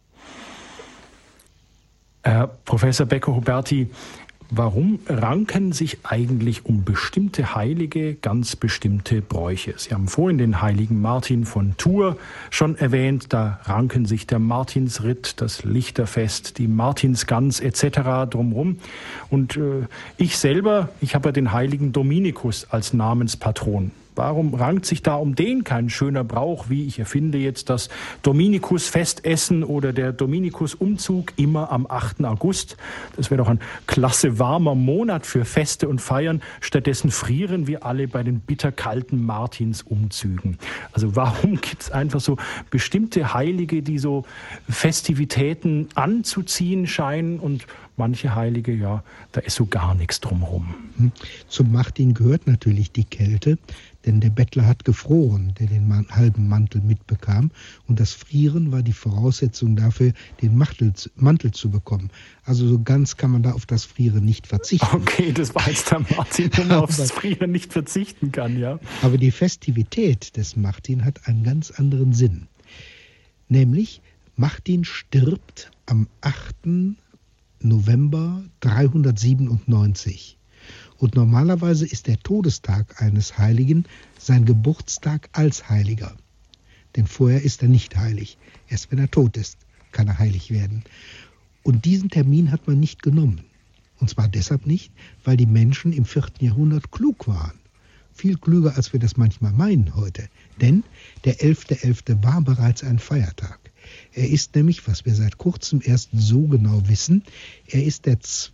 Herr Professor Becco-Huberti, warum ranken sich eigentlich um bestimmte Heilige ganz bestimmte Bräuche? Sie haben vorhin den heiligen Martin von Tours schon erwähnt. Da ranken sich der Martinsritt, das Lichterfest, die Martinsgans etc. drumherum. Und ich habe ja den heiligen Dominikus als Namenspatron. Warum rankt sich da um den kein schöner Brauch, wie ich erfinde jetzt das Dominikus-Festessen oder der Dominikus-Umzug immer am 8. August? Das wäre doch ein klasse warmer Monat für Feste und Feiern. Stattdessen frieren wir alle bei den bitterkalten Martinsumzügen. Also warum gibt es einfach so bestimmte Heilige, die so Festivitäten anzuziehen scheinen und manche Heilige, ja, da ist so gar nichts drumherum. Zum Martin gehört natürlich die Kälte, denn der Bettler hat gefroren, der den halben Mantel mitbekam. Und das Frieren war die Voraussetzung dafür, den Mantel zu bekommen. Also so ganz kann man da auf das Frieren nicht verzichten. Okay, das war jetzt der Martin, wo man aufs Frieren nicht verzichten kann, ja. Aber die Festivität des Martin hat einen ganz anderen Sinn. Nämlich, Martin stirbt am 8. November 397. Und normalerweise ist der Todestag eines Heiligen sein Geburtstag als Heiliger. Denn vorher ist er nicht heilig. Erst wenn er tot ist, kann er heilig werden. Und diesen Termin hat man nicht genommen. Und zwar deshalb nicht, weil die Menschen im 4. Jahrhundert klug waren. Viel klüger, als wir das manchmal meinen heute. Denn der 11.11. war bereits ein Feiertag. Er ist nämlich, was wir seit kurzem erst so genau wissen, er ist das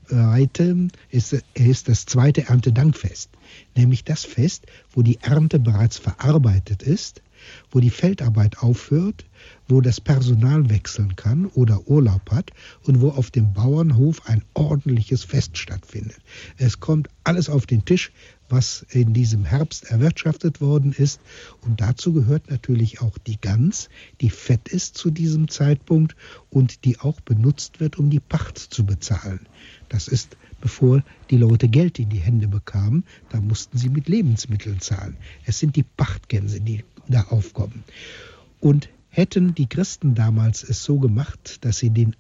zweite Erntedankfest. Nämlich das Fest, wo die Ernte bereits verarbeitet ist, wo die Feldarbeit aufhört, wo das Personal wechseln kann oder Urlaub hat und wo auf dem Bauernhof ein ordentliches Fest stattfindet. Es kommt alles auf den Tisch, was in diesem Herbst erwirtschaftet worden ist. Und dazu gehört natürlich auch die Gans, die fett ist zu diesem Zeitpunkt und die auch benutzt wird, um die Pacht zu bezahlen. Das ist, bevor die Leute Geld in die Hände bekamen, da mussten sie mit Lebensmitteln zahlen. Es sind die Pachtgänse, die da aufkommen. Und hätten die Christen damals es so gemacht, dass sie den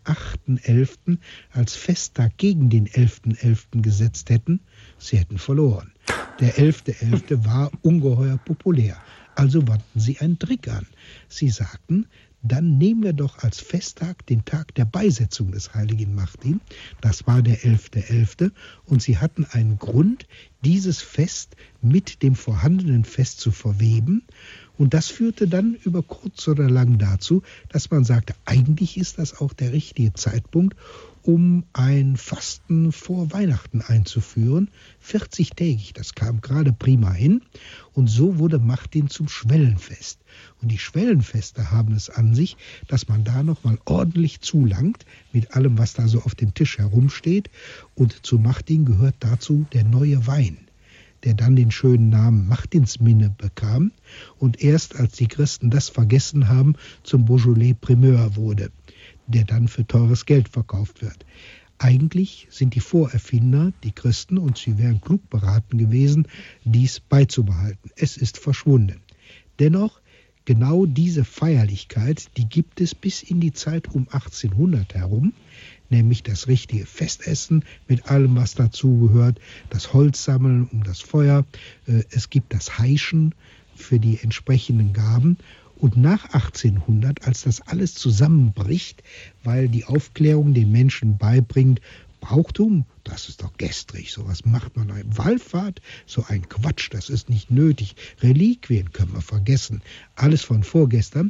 8.11. als Festtag gegen den 11.11. gesetzt hätten, sie hätten verloren. Der 11.11. war ungeheuer populär. Also wandten sie einen Trick an. Sie sagten, dann nehmen wir doch als Festtag den Tag der Beisetzung des heiligen Martin. Das war der 11.11. Und sie hatten einen Grund, dieses Fest mit dem vorhandenen Fest zu verweben. Und das führte dann über kurz oder lang dazu, dass man sagte, eigentlich ist das auch der richtige Zeitpunkt, um ein Fasten vor Weihnachten einzuführen, 40-tägig, das kam gerade prima hin. Und so wurde Martin zum Schwellenfest. Und die Schwellenfeste haben es an sich, dass man da nochmal ordentlich zulangt, mit allem, was da so auf dem Tisch herumsteht. Und zu Martin gehört dazu der neue Wein, der dann den schönen Namen Martinsminne bekam und erst als die Christen das vergessen haben, zum Beaujolais Primeur wurde, der dann für teures Geld verkauft wird. Eigentlich sind die Vorerfinder die Christen und sie wären klug beraten gewesen, dies beizubehalten. Es ist verschwunden. Dennoch, genau diese Feierlichkeit, die gibt es bis in die Zeit um 1800 herum, nämlich das richtige Festessen mit allem, was dazugehört, das Holzsammeln um das Feuer, es gibt das Heischen für die entsprechenden Gaben. Und nach 1800, als das alles zusammenbricht, weil die Aufklärung den Menschen beibringt, Brauchtum, das ist doch gestrig, sowas macht man eine Wallfahrt, so ein Quatsch, das ist nicht nötig, Reliquien können wir vergessen, alles von vorgestern.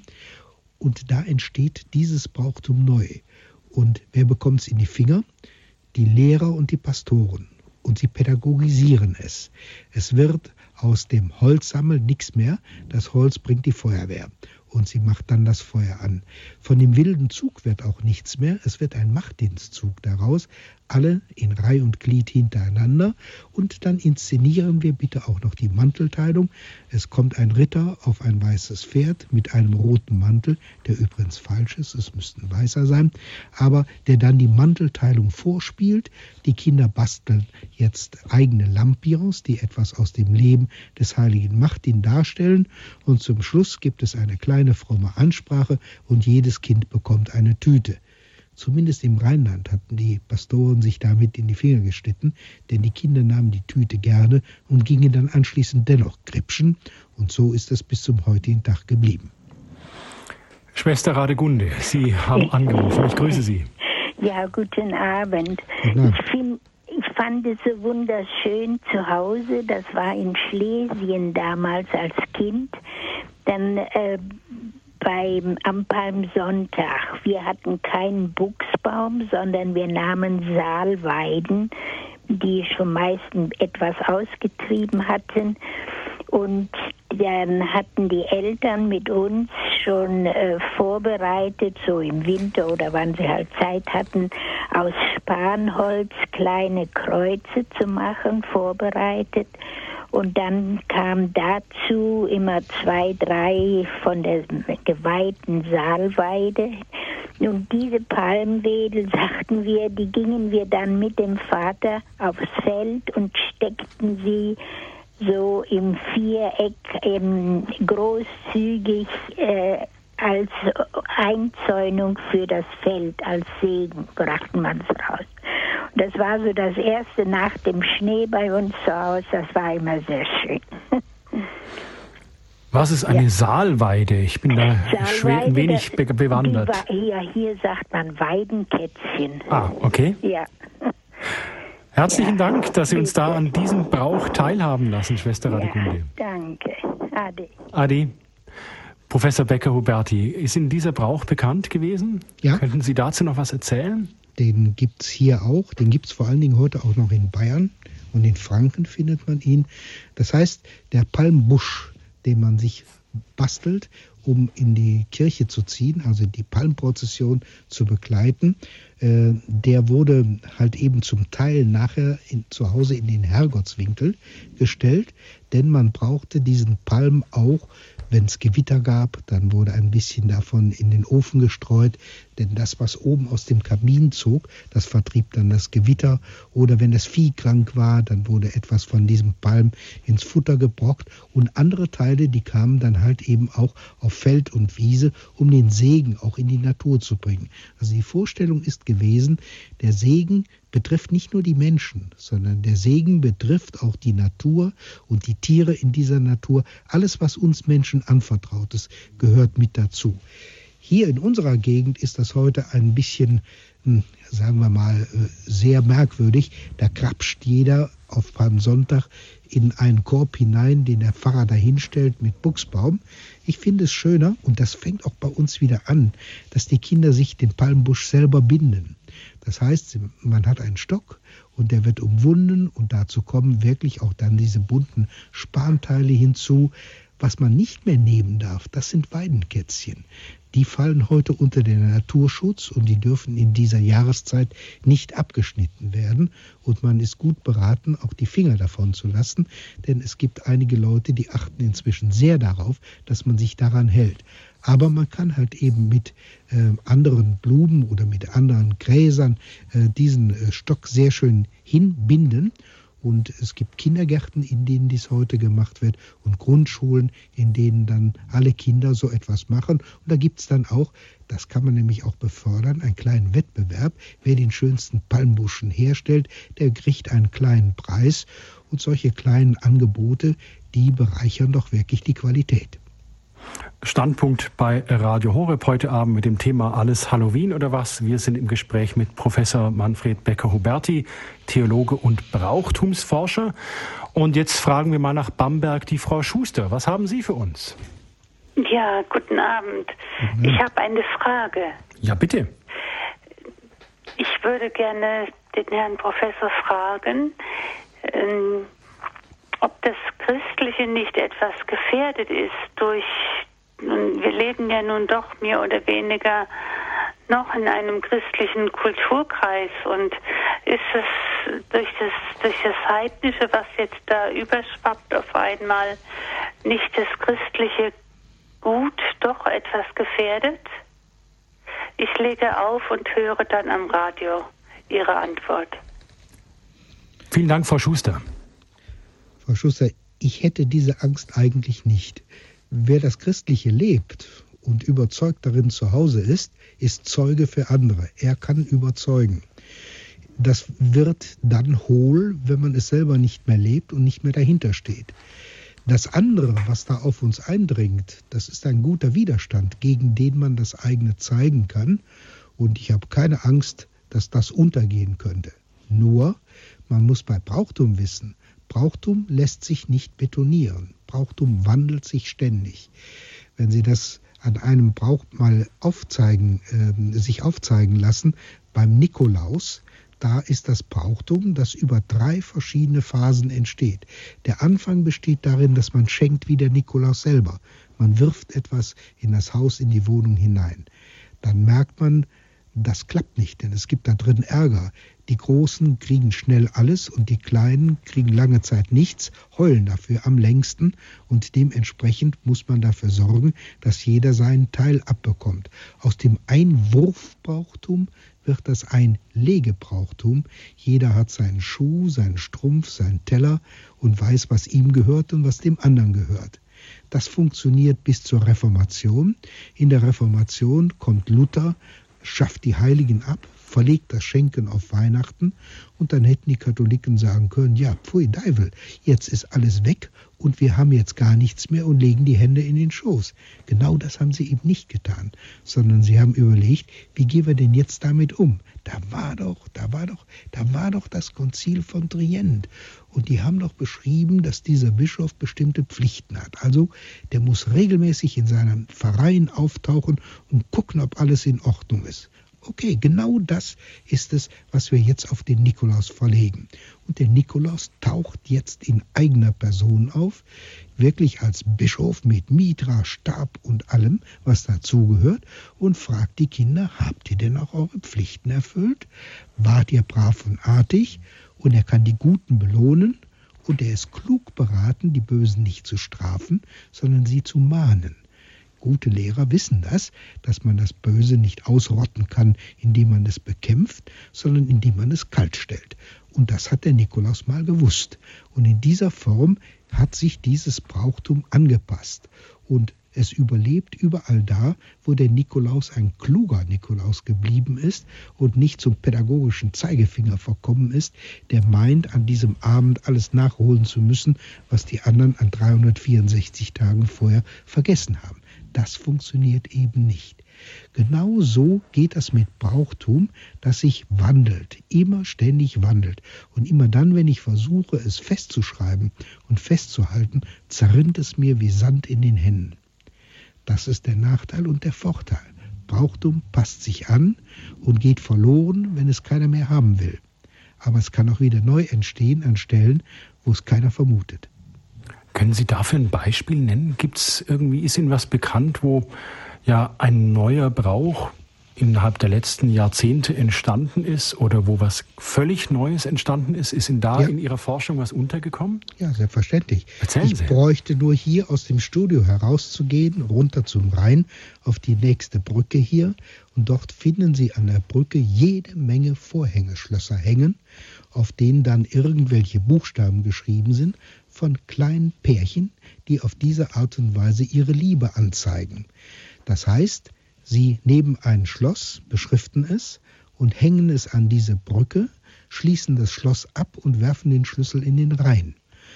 Und da entsteht dieses Brauchtum neu. Und wer bekommt es in die Finger? Die Lehrer und die Pastoren. Und sie pädagogisieren es. Es wird aus dem Holzsammeln nichts mehr. Das Holz bringt die Feuerwehr. Und sie macht dann das Feuer an. Von dem wilden Zug wird auch nichts mehr. Es wird ein Martinszug daraus. Alle in Reih und Glied hintereinander. Und dann inszenieren wir bitte auch noch die Mantelteilung. Es kommt ein Ritter auf ein weißes Pferd mit einem roten Mantel, der übrigens falsch ist. Es müsste ein weißer sein. Aber der dann die Mantelteilung vorspielt. Die Kinder basteln jetzt eigene Lampions, die etwas aus dem Leben des heiligen Martin darstellen. Und zum Schluss gibt es eine kleine fromme Ansprache und jedes Kind bekommt eine Tüte. Zumindest im Rheinland hatten die Pastoren sich damit in die Finger geschnitten, denn die Kinder nahmen die Tüte gerne und gingen dann anschließend dennoch gripschen. Und so ist es bis zum heutigen Tag geblieben. Schwester Radegunde, Sie haben angerufen. Ich grüße Sie. Ja, guten Abend. Guten Abend. Ich fand es so wunderschön zu Hause. Das war in Schlesien damals als Kind. Dann am Palmsonntag. Wir hatten keinen Buchsbaum, sondern wir nahmen Salweiden, die schon meistens etwas ausgetrieben hatten. Und dann hatten die Eltern mit uns schon vorbereitet, so im Winter oder wann sie halt Zeit hatten, aus Spanholz kleine Kreuze zu machen, vorbereitet. Und dann kam dazu immer 2, 3 von der geweihten Salweide. Und diese Palmwedel, sagten wir, die gingen wir dann mit dem Vater aufs Feld und steckten sie so im Viereck großzügig als Einzäunung für das Feld, als Segen brachten man es raus. Und das war so das erste nach dem Schnee bei uns zu Hause, das war immer sehr schön. Was ist eine Salweide? Ich bin da ein wenig bewandert. Hier sagt man Weidenkätzchen. Ah, okay. Ja. Herzlichen Dank, dass Sie uns da an diesem Brauch teilhaben lassen, Schwester Radegunde. Danke. Ade. Ade. Professor Becker-Huberti, ist Ihnen dieser Brauch bekannt gewesen? Ja. Könnten Sie dazu noch was erzählen? Den gibt es hier auch. Den gibt es vor allen Dingen heute auch noch in Bayern. Und in Franken findet man ihn. Das heißt, der Palmbusch, den man sich bastelt, um in die Kirche zu ziehen, also die Palmprozession zu begleiten, der wurde halt eben zum Teil nachher zu Hause in den Herrgottswinkel gestellt, denn man brauchte diesen Palm auch, wenn es Gewitter gab, dann wurde ein bisschen davon in den Ofen gestreut, denn das, was oben aus dem Kamin zog, das vertrieb dann das Gewitter. Oder wenn das Vieh krank war, dann wurde etwas von diesem Palm ins Futter gebrockt. Und andere Teile, die kamen dann halt eben auch auf Feld und Wiese, um den Segen auch in die Natur zu bringen. Also die Vorstellung ist gewesen, der Segen betrifft nicht nur die Menschen, sondern der Segen betrifft auch die Natur und die Tiere in dieser Natur. Alles, was uns Menschen anvertraut ist, gehört mit dazu. Hier in unserer Gegend ist das heute ein bisschen, sagen wir mal, sehr merkwürdig. Da krapscht jeder auf Palmsonntag in einen Korb hinein, den der Pfarrer dahinstellt mit Buchsbaum. Ich finde es schöner, und das fängt auch bei uns wieder an, dass die Kinder sich den Palmbusch selber binden. Das heißt, man hat einen Stock und der wird umwunden und dazu kommen wirklich auch dann diese bunten Spanteile hinzu. Was man nicht mehr nehmen darf, das sind Weidenkätzchen. Die fallen heute unter den Naturschutz und die dürfen in dieser Jahreszeit nicht abgeschnitten werden. Und man ist gut beraten, auch die Finger davon zu lassen, denn es gibt einige Leute, die achten inzwischen sehr darauf, dass man sich daran hält. Aber man kann halt eben mit anderen Blumen oder mit anderen Gräsern diesen Stock sehr schön hinbinden. Und es gibt Kindergärten, in denen dies heute gemacht wird und Grundschulen, in denen dann alle Kinder so etwas machen. Und da gibt es dann auch, das kann man nämlich auch befördern, einen kleinen Wettbewerb. Wer den schönsten Palmbuschen herstellt, der kriegt einen kleinen Preis. Und solche kleinen Angebote, die bereichern doch wirklich die Qualität. Standpunkt bei Radio Horeb heute Abend mit dem Thema Alles Halloween oder was? Wir sind im Gespräch mit Professor Manfred Becker-Huberti, Theologe und Brauchtumsforscher. Und jetzt fragen wir mal nach Bamberg die Frau Schuster. Was haben Sie für uns? Ja, guten Abend. Ich habe eine Frage. Ja, bitte. Ich würde gerne den Herrn Professor fragen, ob das Christliche nicht etwas gefährdet ist durch, wir leben ja nun doch mehr oder weniger noch in einem christlichen Kulturkreis, und ist es durch das Heidnische, was jetzt da überschwappt auf einmal, nicht das christliche Gut doch etwas gefährdet? Ich lege auf und höre dann am Radio Ihre Antwort. Vielen Dank, Frau Schuster. Frau Schuster, ich hätte diese Angst eigentlich nicht. Wer das Christliche lebt und überzeugt darin zu Hause ist Zeuge für andere. Er kann überzeugen. Das wird dann hohl, wenn man es selber nicht mehr lebt und nicht mehr dahinter steht. Das andere, was da auf uns eindringt, das ist ein guter Widerstand, gegen den man das eigene zeigen kann. Und ich habe keine Angst, dass das untergehen könnte. Nur, Man muss bei Brauchtum wissen, Brauchtum lässt sich nicht betonieren. Brauchtum wandelt sich ständig. Wenn Sie das an einem Brauch mal sich aufzeigen lassen, beim Nikolaus, da ist das Brauchtum, das über 3 verschiedene Phasen entsteht. Der Anfang besteht darin, dass man schenkt wie der Nikolaus selber. Man wirft etwas in das Haus, in die Wohnung hinein. Dann merkt man, das klappt nicht, denn es gibt da drin Ärger. Die Großen kriegen schnell alles und die Kleinen kriegen lange Zeit nichts, heulen dafür am längsten und dementsprechend muss man dafür sorgen, dass jeder seinen Teil abbekommt. Aus dem Einwurfbrauchtum wird das Einlegebrauchtum. Jeder hat seinen Schuh, seinen Strumpf, seinen Teller und weiß, was ihm gehört und was dem anderen gehört. Das funktioniert bis zur Reformation. In der Reformation kommt Luther, schafft die Heiligen ab, verlegt das Schenken auf Weihnachten und dann hätten die Katholiken sagen können, ja, pfui Deivel, jetzt ist alles weg und wir haben jetzt gar nichts mehr und legen die Hände in den Schoß. Genau das haben sie eben nicht getan, sondern sie haben überlegt, wie gehen wir denn jetzt damit um? Da war doch das Konzil von Trient und die haben doch beschrieben, dass dieser Bischof bestimmte Pflichten hat. Also der muss regelmäßig in seinem Verein auftauchen und gucken, ob alles in Ordnung ist. Okay, genau das ist es, was wir jetzt auf den Nikolaus verlegen. Und der Nikolaus taucht jetzt in eigener Person auf, wirklich als Bischof mit Mitra, Stab und allem, was dazugehört, und fragt die Kinder, habt ihr denn auch eure Pflichten erfüllt? Wart ihr brav und artig? Und er kann die Guten belohnen und er ist klug beraten, die Bösen nicht zu strafen, sondern sie zu mahnen. Gute Lehrer wissen das, dass man das Böse nicht ausrotten kann, indem man es bekämpft, sondern indem man es kalt stellt. Und das hat der Nikolaus mal gewusst. Und in dieser Form hat sich dieses Brauchtum angepasst. Und es überlebt überall da, wo der Nikolaus ein kluger Nikolaus geblieben ist und nicht zum pädagogischen Zeigefinger verkommen ist, der meint, an diesem Abend alles nachholen zu müssen, was die anderen an 364 Tagen vorher vergessen haben. Das funktioniert eben nicht. Genau so geht das mit Brauchtum, das sich wandelt, immer ständig wandelt. Und immer dann, wenn ich versuche, es festzuschreiben und festzuhalten, zerrinnt es mir wie Sand in den Händen. Das ist der Nachteil und der Vorteil. Brauchtum passt sich an und geht verloren, wenn es keiner mehr haben will. Aber es kann auch wieder neu entstehen an Stellen, wo es keiner vermutet. Können Sie dafür ein Beispiel nennen? Ist Ihnen was bekannt, wo ja ein neuer Brauch innerhalb der letzten Jahrzehnte entstanden ist oder wo was völlig Neues entstanden ist? Ist Ihnen da in Ihrer Forschung was untergekommen? Ja, selbstverständlich. Erzählen Sie. Ich bräuchte nur hier aus dem Studio herauszugehen, runter zum Rhein, auf die nächste Brücke hier. Und dort finden Sie an der Brücke jede Menge Vorhängeschlösser hängen, auf denen dann irgendwelche Buchstaben geschrieben sind von kleinen Pärchen, die auf diese Art und Weise ihre Liebe anzeigen. Das heißt, sie nehmen ein Schloss, beschriften es und hängen es an diese Brücke, schließen das Schloss ab und werfen den Schlüssel in den Rhein.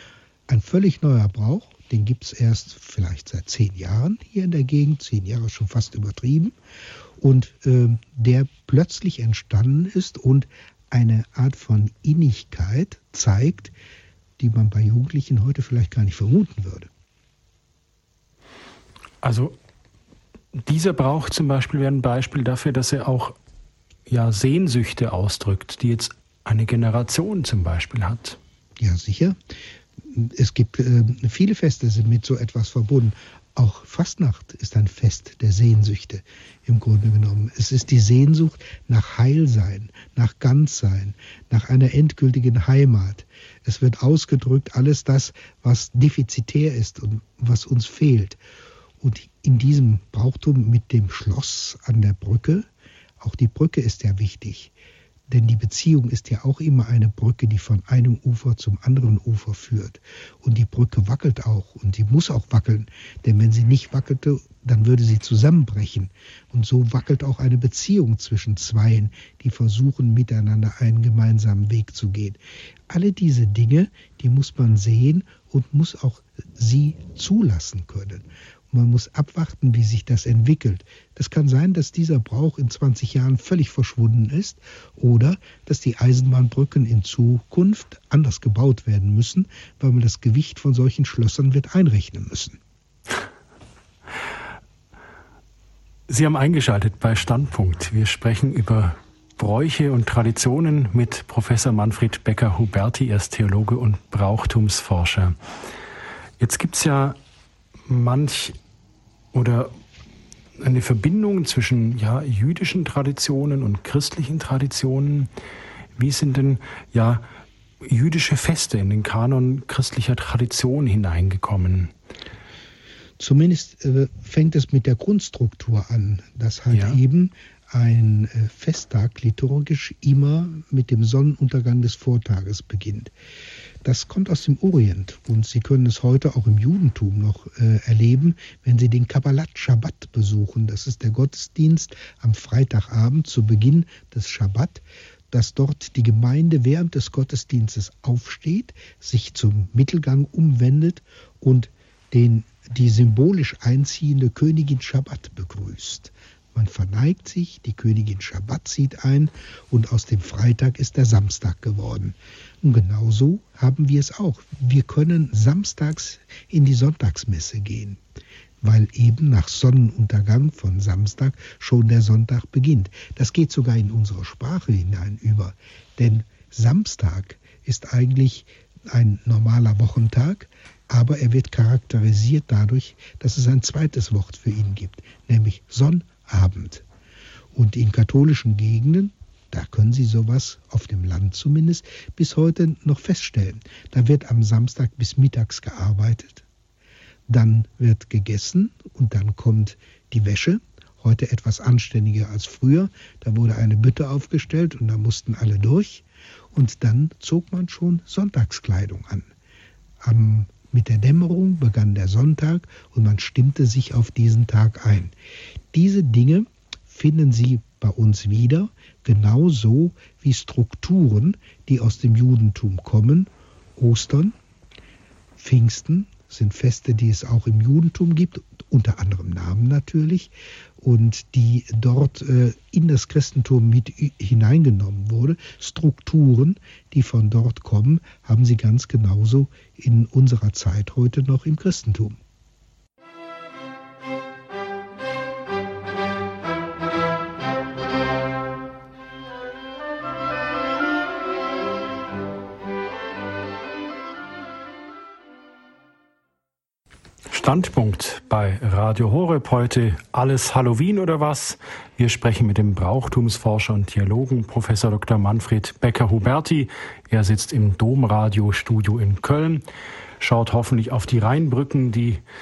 Ein völlig neuer Brauch, den gibt es erst vielleicht seit 10 Jahren hier in der Gegend, 10 Jahre schon fast übertrieben, und der plötzlich entstanden ist und eine Art von Innigkeit zeigt, die man bei Jugendlichen heute vielleicht gar nicht vermuten würde. Also dieser Brauch zum Beispiel wäre ein Beispiel dafür, dass er auch Sehnsüchte ausdrückt, die jetzt eine Generation zum Beispiel hat. Ja, sicher. Es gibt viele Feste, sind mit so etwas verbunden. Auch Fastnacht ist ein Fest der Sehnsüchte im Grunde genommen. Es ist die Sehnsucht nach Heilsein, nach Ganzsein, nach einer endgültigen Heimat. Es wird ausgedrückt alles das, was defizitär ist und was uns fehlt. Und in diesem Brauchtum mit dem Schloss an der Brücke, auch die Brücke ist ja wichtig, denn die Beziehung ist ja auch immer eine Brücke, die von einem Ufer zum anderen Ufer führt. Und die Brücke wackelt auch und sie muss auch wackeln, denn wenn sie nicht wackelte, dann würde sie zusammenbrechen. Und so wackelt auch eine Beziehung zwischen Zweien, die versuchen, miteinander einen gemeinsamen Weg zu gehen. Alle diese Dinge, die muss man sehen und muss auch sie zulassen können. Man muss abwarten, wie sich das entwickelt. Das kann sein, dass dieser Brauch in 20 Jahren völlig verschwunden ist oder dass die Eisenbahnbrücken in Zukunft anders gebaut werden müssen, weil man das Gewicht von solchen Schlössern wird einrechnen müssen. Sie haben eingeschaltet bei Standpunkt. Wir sprechen über Bräuche und Traditionen mit Professor Manfred Becker-Huberti. Er ist Theologe und Brauchtumsforscher. Jetzt gibt es ja eine Verbindung zwischen jüdischen Traditionen und christlichen Traditionen. Wie sind denn jüdische Feste in den Kanon christlicher Tradition hineingekommen? Zumindest fängt es mit der Grundstruktur an, dass eben ein Festtag liturgisch immer mit dem Sonnenuntergang des Vortages beginnt. Das kommt aus dem Orient und Sie können es heute auch im Judentum noch erleben, wenn Sie den Kabbalat Schabbat besuchen. Das ist der Gottesdienst am Freitagabend zu Beginn des Schabbat, dass dort die Gemeinde während des Gottesdienstes aufsteht, sich zum Mittelgang umwendet und die symbolisch einziehende Königin Schabbat begrüßt. Man verneigt sich, die Königin Schabbat zieht ein und aus dem Freitag ist der Samstag geworden. Und genauso haben wir es auch. Wir können samstags in die Sonntagsmesse gehen, weil eben nach Sonnenuntergang von Samstag schon der Sonntag beginnt. Das geht sogar in unsere Sprache hinein über, denn Samstag ist eigentlich ein normaler Wochentag, aber er wird charakterisiert dadurch, dass es ein zweites Wort für ihn gibt, nämlich Sonnabend. Und in katholischen Gegenden, da können Sie sowas, auf dem Land zumindest, bis heute noch feststellen. Da wird am Samstag bis mittags gearbeitet, dann wird gegessen und dann kommt die Wäsche. Heute etwas anständiger als früher. Da wurde eine Bütte aufgestellt und da mussten alle durch. Und dann zog man schon Sonntagskleidung an. Mit der Dämmerung begann der Sonntag und man stimmte sich auf diesen Tag ein. Diese Dinge finden Sie bei uns wieder, genauso wie Strukturen, die aus dem Judentum kommen. Ostern, Pfingsten sind Feste, die es auch im Judentum gibt, unter anderem Namen natürlich, und die dort in das Christentum mit hineingenommen wurde. Strukturen, die von dort kommen, haben sie ganz genauso in unserer Zeit heute noch im Christentum. Standpunkt bei Radio Horeb heute. Alles Halloween oder was? Wir sprechen mit dem Brauchtumsforscher und Theologen Professor Dr. Manfred Becker-Huberti. Er sitzt im Domradiostudio in Köln, schaut hoffentlich auf die Rheinbrücken,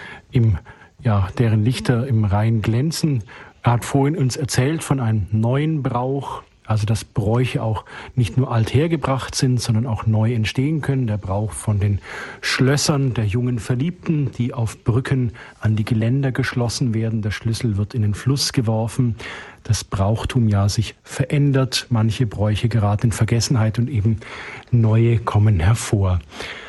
deren Lichter im Rhein glänzen. Er hat vorhin uns erzählt von einem neuen Brauch, also dass Bräuche auch nicht nur althergebracht sind, sondern auch neu entstehen können. Der Brauch von den Schlössern der jungen Verliebten, die auf Brücken an die Geländer geschlossen werden. Der Schlüssel wird in den Fluss geworfen. Das Brauchtum sich verändert. Manche Bräuche geraten in Vergessenheit und eben neue kommen hervor.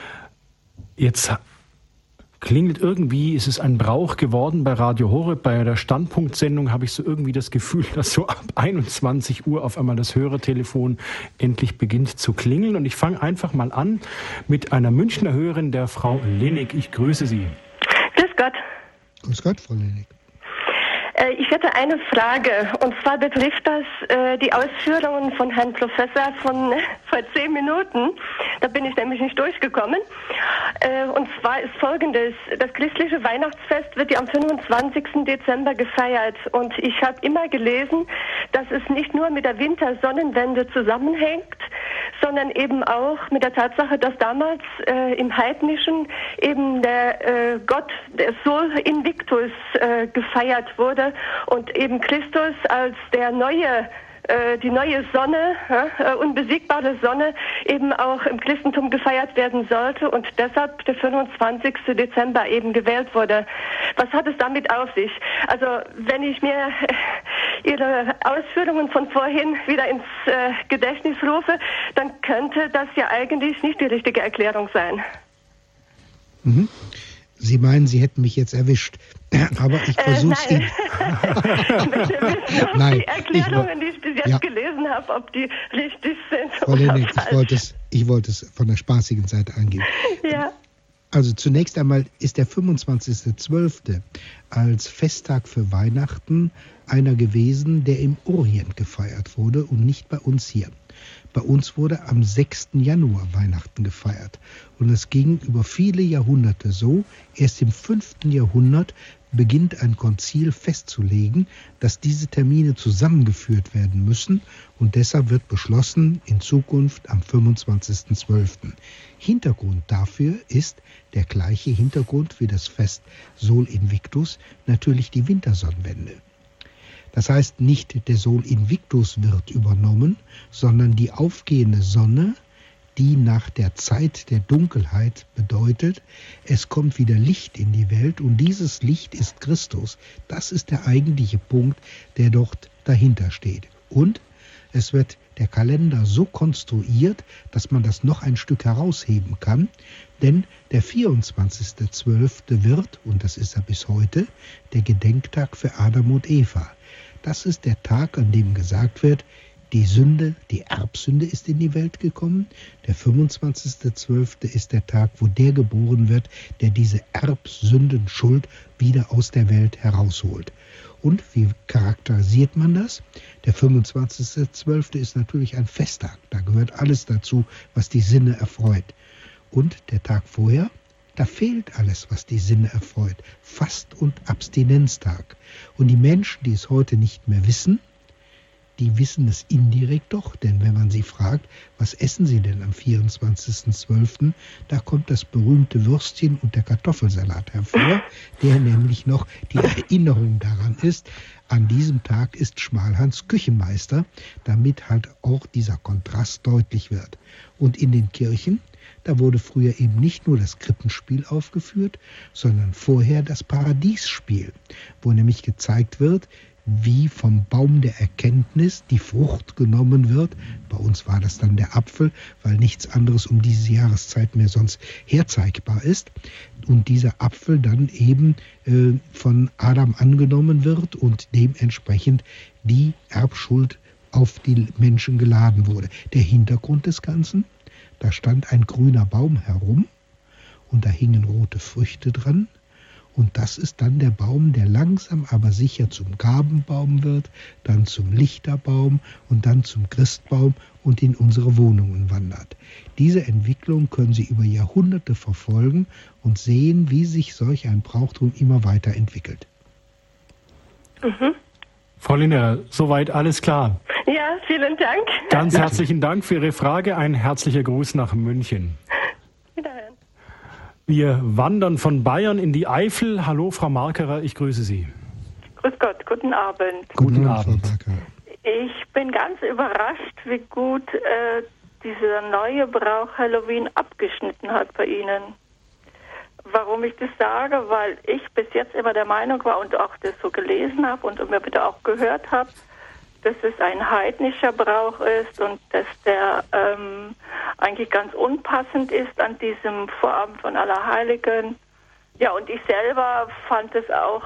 Jetzt klingelt irgendwie, ist es ein Brauch geworden bei Radio Horeb. Bei der Standpunktsendung habe ich so irgendwie das Gefühl, dass so ab 21 Uhr auf einmal das Hörertelefon endlich beginnt zu klingeln. Und ich fange einfach mal an mit einer Münchner Hörerin, der Frau Lenig. Ich grüße Sie. Grüß Gott. Grüß Gott, Frau Lenig. Ich hätte eine Frage, und zwar betrifft das die Ausführungen von Herrn Professor von vor 10 Minuten. Da bin ich nämlich nicht durchgekommen. Und zwar ist Folgendes: Das christliche Weihnachtsfest wird ja am 25. Dezember gefeiert. Und ich habe immer gelesen, dass es nicht nur mit der Wintersonnenwende zusammenhängt, sondern eben auch mit der Tatsache, dass damals im Heidnischen eben der Gott, der Sol Invictus, gefeiert wurde und eben Christus als die neue Sonne, unbesiegbare Sonne, eben auch im Christentum gefeiert werden sollte und deshalb der 25. Dezember eben gewählt wurde. Was hat es damit auf sich? Also wenn ich mir Ihre Ausführungen von vorhin wieder ins Gedächtnis rufe, dann könnte das ja eigentlich nicht die richtige Erklärung sein. Mhm. Sie meinen, Sie hätten mich jetzt erwischt. Aber ich versuche es Ihnen. Nein, die Erklärungen, die ich bis jetzt gelesen habe, ob die richtig sind. Frau Lennig, ich wollte es von der spaßigen Seite angehen. Ja. Also zunächst einmal ist der 25.12. als Festtag für Weihnachten einer gewesen, der im Orient gefeiert wurde und nicht bei uns hier. Bei uns wurde am 6. Januar Weihnachten gefeiert. Und es ging über viele Jahrhunderte so. Erst im 5. Jahrhundert beginnt ein Konzil festzulegen, dass diese Termine zusammengeführt werden müssen. Und deshalb wird beschlossen, in Zukunft am 25.12. Hintergrund dafür ist der gleiche Hintergrund wie das Fest Sol Invictus, natürlich die Wintersonnenwende. Das heißt, nicht der Sol Invictus wird übernommen, sondern die aufgehende Sonne, die nach der Zeit der Dunkelheit bedeutet, es kommt wieder Licht in die Welt und dieses Licht ist Christus. Das ist der eigentliche Punkt, der dort dahinter steht. Und es wird der Kalender so konstruiert, dass man das noch ein Stück herausheben kann, denn der 24.12. wird, und das ist er bis heute, der Gedenktag für Adam und Eva. Das ist der Tag, an dem gesagt wird, die Sünde, die Erbsünde ist in die Welt gekommen. Der 25.12. ist der Tag, wo der geboren wird, der diese Erbsündenschuld wieder aus der Welt herausholt. Und wie charakterisiert man das? Der 25.12. ist natürlich ein Festtag. Da gehört alles dazu, was die Sinne erfreut. Und der Tag vorher, da fehlt alles, was die Sinne erfreut. Fast- und Abstinenztag. Und die Menschen, die es heute nicht mehr wissen, die wissen es indirekt doch. Denn wenn man sie fragt, was essen sie denn am 24.12., da kommt das berühmte Würstchen und der Kartoffelsalat hervor, der nämlich noch die Erinnerung daran ist, an diesem Tag ist Schmalhans Küchenmeister, damit halt auch dieser Kontrast deutlich wird. Und in den Kirchen, da wurde früher eben nicht nur das Krippenspiel aufgeführt, sondern vorher das Paradiesspiel, wo nämlich gezeigt wird, wie vom Baum der Erkenntnis die Frucht genommen wird. Bei uns war das dann der Apfel, weil nichts anderes um diese Jahreszeit mehr sonst herzeigbar ist. Und dieser Apfel dann eben von Adam angenommen wird und dementsprechend die Erbschuld auf die Menschen geladen wurde. Der Hintergrund des Ganzen: Da stand ein grüner Baum herum und da hingen rote Früchte dran. Und das ist dann der Baum, der langsam aber sicher zum Gabenbaum wird, dann zum Lichterbaum und dann zum Christbaum und in unsere Wohnungen wandert. Diese Entwicklung können Sie über Jahrhunderte verfolgen und sehen, wie sich solch ein Brauchtum immer weiterentwickelt. Mhm. Frau Linner, soweit alles klar. Ja, vielen Dank. Ganz herzlichen Dank für Ihre Frage. Ein herzlicher Gruß nach München. Wiederhören. Wir wandern von Bayern in die Eifel. Hallo, Frau Markerer, ich grüße Sie. Grüß Gott, guten Abend. Guten Abend. Ich bin ganz überrascht, wie gut dieser neue Brauch Halloween abgeschnitten hat bei Ihnen. Warum ich das sage? Weil ich bis jetzt immer der Meinung war und auch das so gelesen habe und immer wieder auch gehört habe, dass es ein heidnischer Brauch ist und dass der eigentlich ganz unpassend ist an diesem Vorabend von Allerheiligen. Ja, und ich selber fand es auch,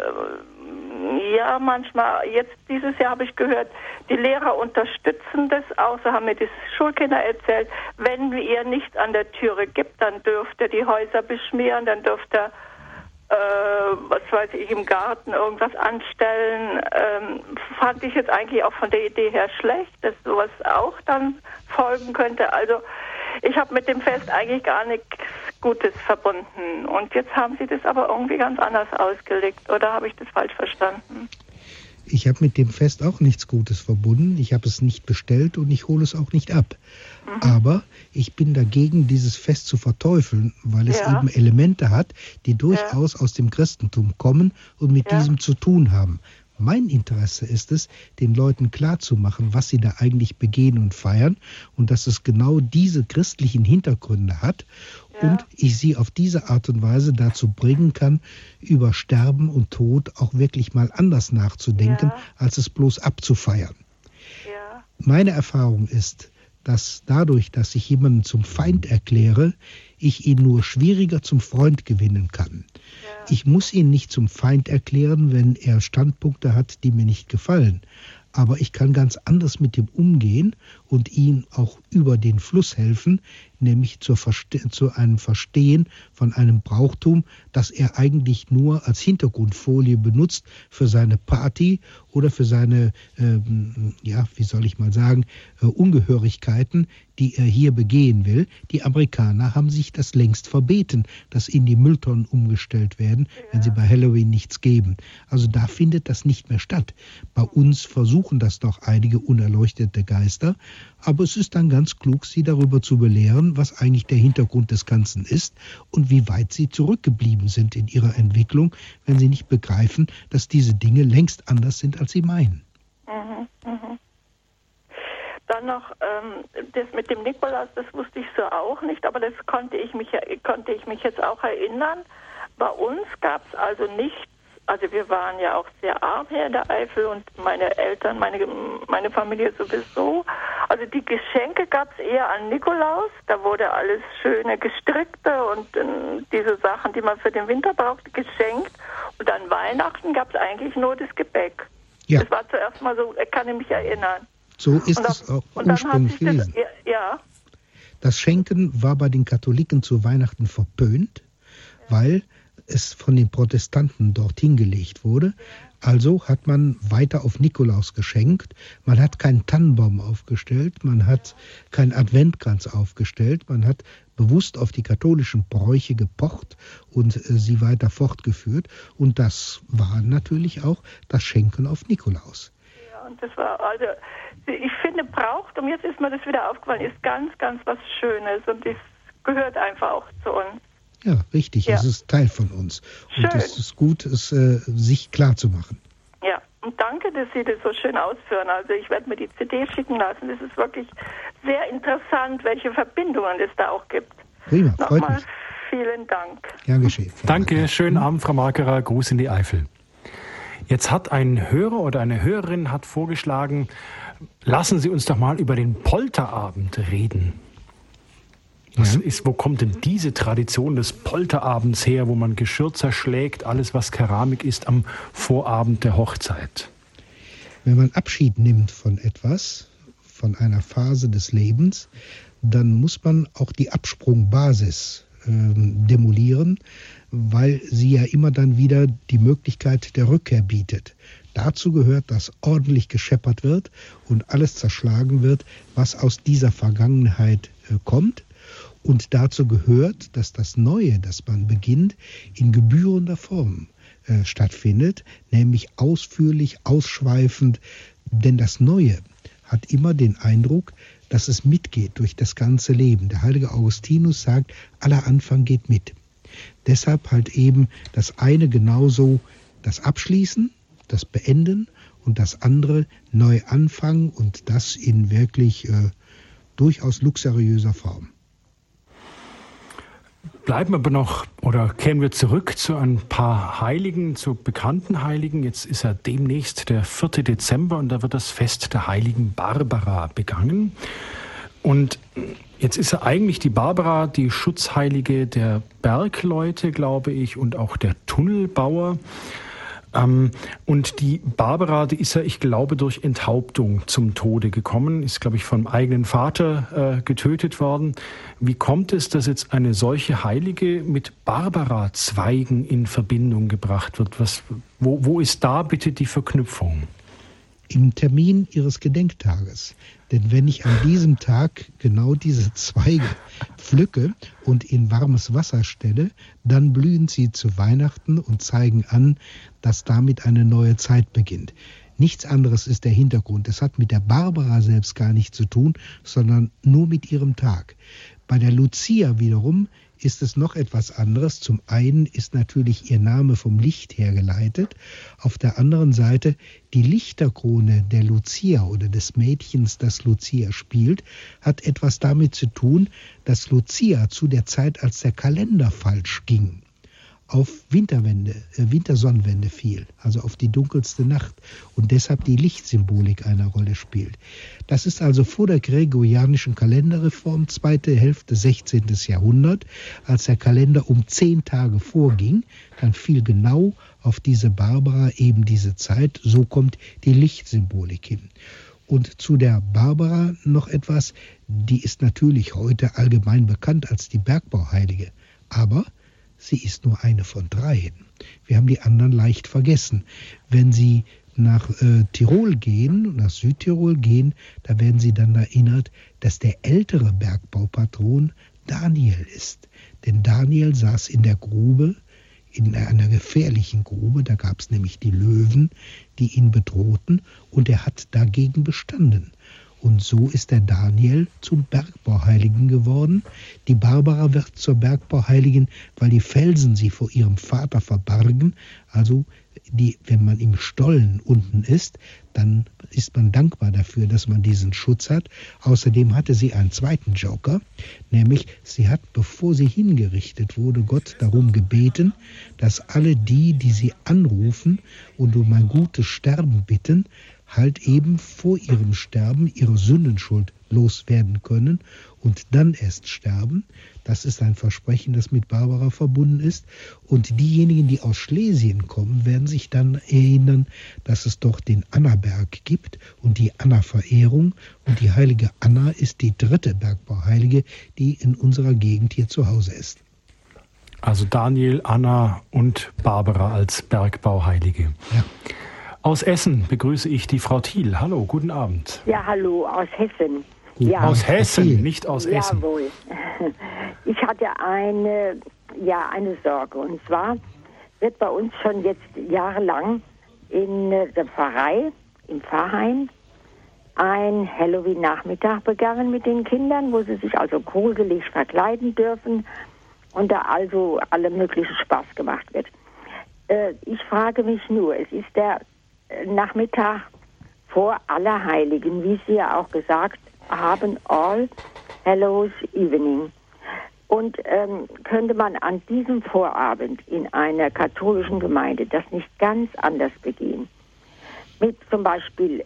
ja, manchmal, jetzt dieses Jahr habe ich gehört, die Lehrer unterstützen das auch, so haben mir die Schulkinder erzählt, wenn ihr nicht an der Türe gibt, dann dürft ihr die Häuser beschmieren, dann dürft ihr was weiß ich, im Garten irgendwas anstellen, fand ich jetzt eigentlich auch von der Idee her schlecht, dass sowas auch dann folgen könnte. Also ich habe mit dem Fest eigentlich gar nichts Gutes verbunden. Und jetzt haben Sie das aber irgendwie ganz anders ausgelegt. Oder habe ich das falsch verstanden? Ich habe mit dem Fest auch nichts Gutes verbunden. Ich habe es nicht bestellt und ich hole es auch nicht ab. Aber ich bin dagegen, dieses Fest zu verteufeln, weil es eben Elemente hat, die durchaus aus dem Christentum kommen und mit diesem zu tun haben. Mein Interesse ist es, den Leuten klarzumachen, was sie da eigentlich begehen und feiern und dass es genau diese christlichen Hintergründe hat und ich sie auf diese Art und Weise dazu bringen kann, über Sterben und Tod auch wirklich mal anders nachzudenken, als es bloß abzufeiern. Ja. Meine Erfahrung ist, dass dadurch, dass ich jemanden zum Feind erkläre, ich ihn nur schwieriger zum Freund gewinnen kann. Ja. Ich muss ihn nicht zum Feind erklären, wenn er Standpunkte hat, die mir nicht gefallen. Aber ich kann ganz anders mit ihm umgehen und ihm auch über den Fluss helfen, nämlich zu einem Verstehen von einem Brauchtum, das er eigentlich nur als Hintergrundfolie benutzt für seine Party oder für seine, Ungehörigkeiten, die er hier begehen will. Die Amerikaner haben sich das längst verbeten, dass ihnen die Mülltonnen umgestellt werden, wenn sie bei Halloween nichts geben. Also da findet das nicht mehr statt. Bei uns versuchen das doch einige unerleuchtete Geister, aber es ist dann ganz klug, sie darüber zu belehren, was eigentlich der Hintergrund des Ganzen ist und wie weit sie zurückgeblieben sind in ihrer Entwicklung, wenn sie nicht begreifen, dass diese Dinge längst anders sind, als sie meinen. Dann noch das mit dem Nikolaus, das wusste ich so auch nicht, aber das konnte ich mich jetzt auch erinnern. Bei uns gab es also nichts, also wir waren ja auch sehr arm hier in der Eifel und meine Eltern, meine Familie sowieso. Also die Geschenke gab es eher an Nikolaus, da wurde alles schöne gestrickte und diese Sachen, die man für den Winter brauchte, geschenkt. Und an Weihnachten gab es eigentlich nur das Gebäck. Ja. Das war zuerst mal so, kann ich mich erinnern. So ist es auch ursprünglich gewesen. Das Schenken war bei den Katholiken zu Weihnachten verpönt, weil es von den Protestanten dorthin gelegt wurde. Also hat man weiter auf Nikolaus geschenkt. Man hat keinen Tannenbaum aufgestellt, man hat keinen Adventkranz aufgestellt, man hat bewusst auf die katholischen Bräuche gepocht und sie weiter fortgeführt. Und das war natürlich auch das Schenken auf Nikolaus. Ja, und das war, also ich finde, Brauchtum, jetzt ist mir das wieder aufgefallen, ist ganz, ganz was Schönes und das gehört einfach auch zu uns. Ja, richtig. Ja. Es ist Teil von uns. Schön. Und es ist gut, es sich klar zu machen. Ja, und danke, dass Sie das so schön ausführen. Also ich werde mir die CD schicken lassen. Das ist wirklich sehr interessant, welche Verbindungen es da auch gibt. Prima, freut Nochmal mich. Vielen Dank. Gern geschehen. Danke, schönen Abend, Frau Markerer. Gruß in die Eifel. Jetzt hat ein Hörer oder eine Hörerin hat vorgeschlagen, lassen Sie uns doch mal über den Polterabend reden. Wo kommt denn diese Tradition des Polterabends her, wo man Geschirr zerschlägt, alles was Keramik ist, am Vorabend der Hochzeit? Wenn man Abschied nimmt von etwas, von einer Phase des Lebens, dann muss man auch die Absprungbasis demolieren, weil sie ja immer dann wieder die Möglichkeit der Rückkehr bietet. Dazu gehört, dass ordentlich gescheppert wird und alles zerschlagen wird, was aus dieser Vergangenheit kommt. Und dazu gehört, dass das Neue, das man beginnt, in gebührender Form stattfindet, nämlich ausführlich, ausschweifend. Denn das Neue hat immer den Eindruck, dass es mitgeht durch das ganze Leben. Der heilige Augustinus sagt, aller Anfang geht mit. Deshalb halt eben das eine genauso das Abschließen, das Beenden und das andere neu anfangen und das in wirklich durchaus luxuriöser Form. Bleiben aber noch, oder kehren wir zurück zu ein paar Heiligen, zu bekannten Heiligen. Jetzt ist ja demnächst der 4. Dezember und da wird das Fest der heiligen Barbara begangen. Und jetzt ist ja eigentlich die Barbara die Schutzheilige der Bergleute, glaube ich, und auch der Tunnelbauer. Und die Barbara, die ist ja, ich glaube, durch Enthauptung zum Tode gekommen, ist, glaube ich, vom eigenen Vater getötet worden. Wie kommt es, dass jetzt eine solche Heilige mit Barbara-Zweigen in Verbindung gebracht wird? Wo ist da bitte die Verknüpfung? Im Termin ihres Gedenktages. Denn wenn ich an diesem Tag genau diese Zweige pflücke und in warmes Wasser stelle, dann blühen sie zu Weihnachten und zeigen an, dass damit eine neue Zeit beginnt. Nichts anderes ist der Hintergrund. Es hat mit der Barbara selbst gar nichts zu tun, sondern nur mit ihrem Tag. Bei der Lucia wiederum ist es noch etwas anderes. Zum einen ist natürlich ihr Name vom Licht hergeleitet. Auf der anderen Seite die Lichterkrone der Lucia oder des Mädchens, das Lucia spielt, hat etwas damit zu tun, dass Lucia zu der Zeit, als der Kalender falsch ging, auf Wintersonnenwende fiel, also auf die dunkelste Nacht und deshalb die Lichtsymbolik eine Rolle spielt. Das ist also vor der gregorianischen Kalenderreform, zweite Hälfte 16. Jahrhundert, als der Kalender um 10 Tage vorging, dann fiel genau auf diese Barbara eben diese Zeit, so kommt die Lichtsymbolik hin. Und zu der Barbara noch etwas, die ist natürlich heute allgemein bekannt als die Bergbauheilige, aber sie ist nur eine von 3. Wir haben die anderen leicht vergessen. Wenn Sie nach Tirol gehen, nach Südtirol gehen, da werden Sie dann erinnert, dass der ältere Bergbaupatron Daniel ist. Denn Daniel saß in der Grube, in einer gefährlichen Grube, da gab es nämlich die Löwen, die ihn bedrohten, und er hat dagegen bestanden. Und so ist der Daniel zum Bergbauheiligen geworden. Die Barbara wird zur Bergbauheiligen, weil die Felsen sie vor ihrem Vater verbargen. Also wenn man im Stollen unten ist, dann ist man dankbar dafür, dass man diesen Schutz hat. Außerdem hatte sie einen zweiten Joker, nämlich sie hat, bevor sie hingerichtet wurde, Gott darum gebeten, dass alle die sie anrufen und um ein gutes Sterben bitten, halt eben vor ihrem Sterben ihre Sündenschuld loswerden können und dann erst sterben. Das ist ein Versprechen, das mit Barbara verbunden ist. Und diejenigen, die aus Schlesien kommen, werden sich dann erinnern, dass es doch den Annaberg gibt und die Anna-Verehrung. Und die heilige Anna ist die 3. Bergbauheilige, die in unserer Gegend hier zu Hause ist. Also Daniel, Anna und Barbara als Bergbauheilige. Ja. Aus Essen begrüße ich die Frau Thiel. Hallo, guten Abend. Ja, hallo, aus Hessen. Ja. Aus Hessen, nicht aus Essen. Jawohl. Ich hatte eine Sorge. Und zwar wird bei uns schon jetzt jahrelang in der Pfarrei, im Pfarrheim, ein Halloween-Nachmittag begangen mit den Kindern, wo sie sich also gruselig verkleiden dürfen und da also alle möglichen Spaß gemacht wird. Ich frage mich nur, es ist der Nachmittag vor Allerheiligen, wie Sie ja auch gesagt haben, All Hallows Evening. Und könnte man an diesem Vorabend in einer katholischen Gemeinde das nicht ganz anders begehen? Mit zum Beispiel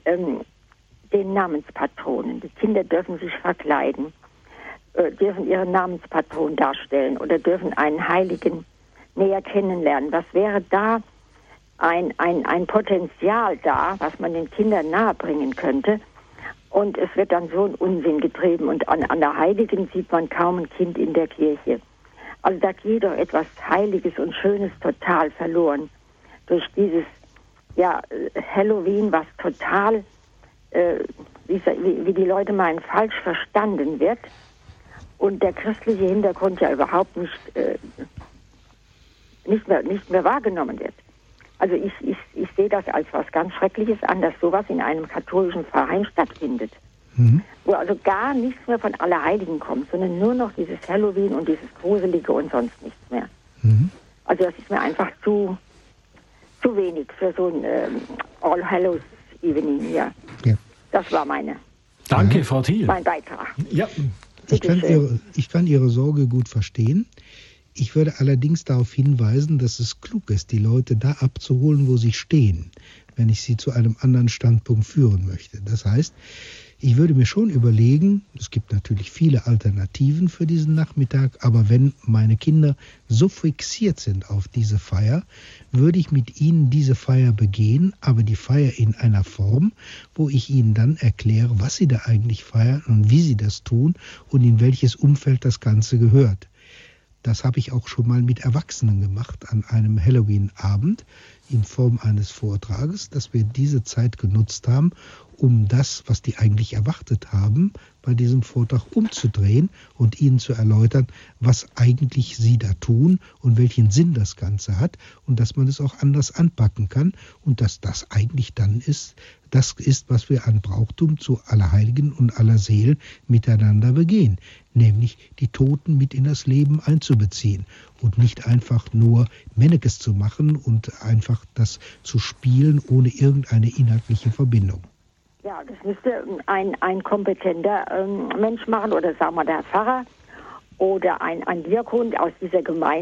den Namenspatronen. Die Kinder dürfen sich verkleiden, dürfen ihren Namenspatron darstellen oder dürfen einen Heiligen näher kennenlernen. Was wäre da ein Potenzial da, was man den Kindern nahebringen könnte? Und es wird dann so ein Unsinn getrieben. Und an der Heiligen sieht man kaum ein Kind in der Kirche. Also da geht doch etwas Heiliges und Schönes total verloren. Durch dieses Halloween, was total, wie die Leute meinen, falsch verstanden wird. Und der christliche Hintergrund ja überhaupt nicht mehr wahrgenommen wird. Also ich sehe das als was ganz Schreckliches an, dass sowas in einem katholischen Pfarrheim stattfindet. Wo also gar nichts mehr von Allerheiligen kommt, sondern nur noch dieses Halloween und dieses Gruselige und sonst nichts mehr. Also das ist mir einfach zu wenig für so ein All Hallows Evening hier. Ja. Das war Danke, Frau Thiel. Mein Beitrag. Ja. Ich kann Ihre Sorge gut verstehen. Ich würde allerdings darauf hinweisen, dass es klug ist, die Leute da abzuholen, wo sie stehen, wenn ich sie zu einem anderen Standpunkt führen möchte. Das heißt, ich würde mir schon überlegen, es gibt natürlich viele Alternativen für diesen Nachmittag, aber wenn meine Kinder so fixiert sind auf diese Feier, würde ich mit ihnen diese Feier begehen, aber die Feier in einer Form, wo ich ihnen dann erkläre, was sie da eigentlich feiern und wie sie das tun und in welches Umfeld das Ganze gehört. Das habe ich auch schon mal mit Erwachsenen gemacht an einem Halloween-Abend in Form eines Vortrages, dass wir diese Zeit genutzt haben, um das, was die eigentlich erwartet haben, bei diesem Vortrag umzudrehen und ihnen zu erläutern, was eigentlich sie da tun und welchen Sinn das Ganze hat und dass man es auch anders anpacken kann und dass das eigentlich dann das ist, was wir an Brauchtum zu Allerheiligen und aller Seelen miteinander begehen, nämlich die Toten mit in das Leben einzubeziehen und nicht einfach nur Mennekes zu machen und einfach das zu spielen ohne irgendeine inhaltliche Verbindung. Ja, das müsste ein kompetenter Mensch machen oder sagen wir der Pfarrer oder ein Diakon aus dieser Gemeinde.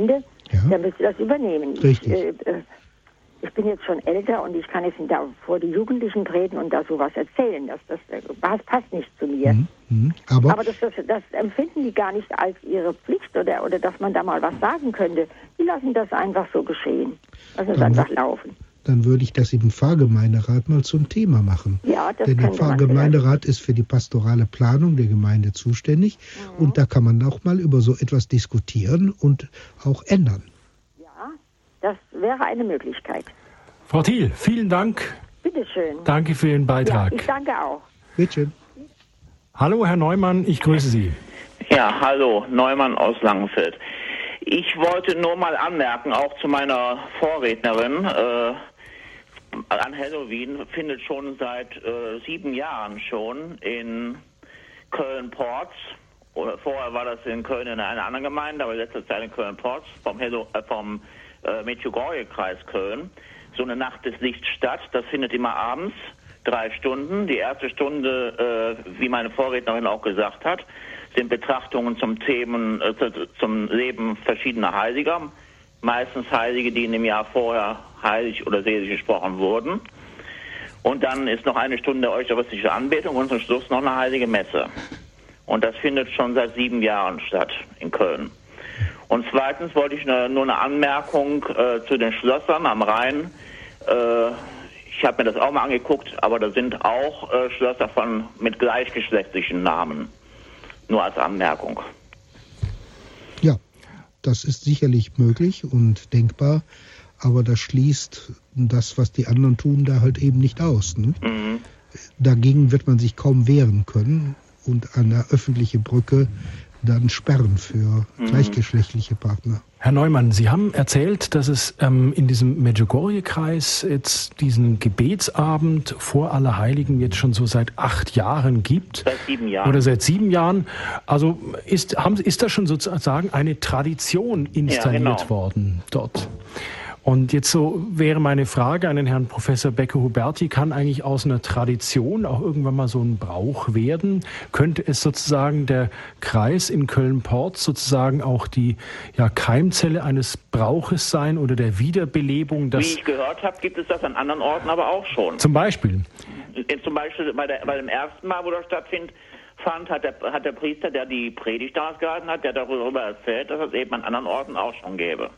dann müsst ihr das übernehmen. Richtig. Ich bin jetzt schon älter und ich kann jetzt nicht da vor die Jugendlichen treten und da sowas erzählen. Das passt nicht zu mir. Aber das empfinden die gar nicht als ihre Pflicht oder dass man da mal was sagen könnte. Die lassen das einfach so geschehen. Lassen es einfach laufen. Dann würde ich das im Pfarrgemeinderat mal zum Thema machen. Ja, das Denn der Pfarrgemeinderat ist für die pastorale Planung der Gemeinde zuständig. Und da kann man auch mal über so etwas diskutieren und auch ändern. Das wäre eine Möglichkeit. Frau Thiel, vielen Dank. Bitte schön. Danke für Ihren Beitrag. Ja, ich danke auch. Bitte schön. Hallo, Herr Neumann, ich grüße Sie. Ja, hallo, Neumann aus Langenfeld. Ich wollte nur mal anmerken, auch zu meiner Vorrednerin, an Halloween findet schon seit 7 Jahren schon in Köln-Porz, oder vorher war das in Köln in einer anderen Gemeinde, aber letzte Zeit in Köln-Porz vom Medjugorje-Kreis Köln, so eine Nacht des Lichts statt. Das findet immer abends 3 Stunden. Die erste Stunde, wie meine Vorrednerin auch gesagt hat, sind Betrachtungen zum Leben verschiedener Heiliger. Meistens Heilige, die in dem Jahr vorher heilig oder selig gesprochen wurden. Und dann ist noch eine Stunde eucharistische Anbetung und zum Schluss noch eine heilige Messe. Und das findet schon seit 7 Jahren statt in Köln. Und zweitens wollte ich nur eine Anmerkung zu den Schlössern am Rhein. Ich habe mir das auch mal angeguckt, aber da sind auch Schlösser mit gleichgeschlechtlichen Namen. Nur als Anmerkung. Ja, das ist sicherlich möglich und denkbar, aber das schließt das, was die anderen tun, da halt eben nicht aus. Ne? Dagegen wird man sich kaum wehren können und eine öffentliche Brücke dann sperren für gleichgeschlechtliche Partner. Herr Neumann, Sie haben erzählt, dass es in diesem Medjugorje-Kreis jetzt diesen Gebetsabend vor Allerheiligen jetzt schon so seit 8 Jahren gibt. Seit 7 Jahren. Oder seit 7 Jahren. Also ist da schon sozusagen eine Tradition installiert worden dort? Und jetzt so wäre meine Frage an den Herrn Professor Becker-Huberti, kann eigentlich aus einer Tradition auch irgendwann mal so ein Brauch werden? Könnte es sozusagen der Kreis in Köln-Porz sozusagen auch die Keimzelle eines Brauches sein oder der Wiederbelebung? Wie ich gehört habe, gibt es das an anderen Orten aber auch schon. Zum Beispiel? Zum Beispiel bei dem ersten Mal, wo das stattfand, hat der Priester, der die Predigt damals gehalten hat, der darüber erzählt, dass es eben an anderen Orten auch schon gäbe.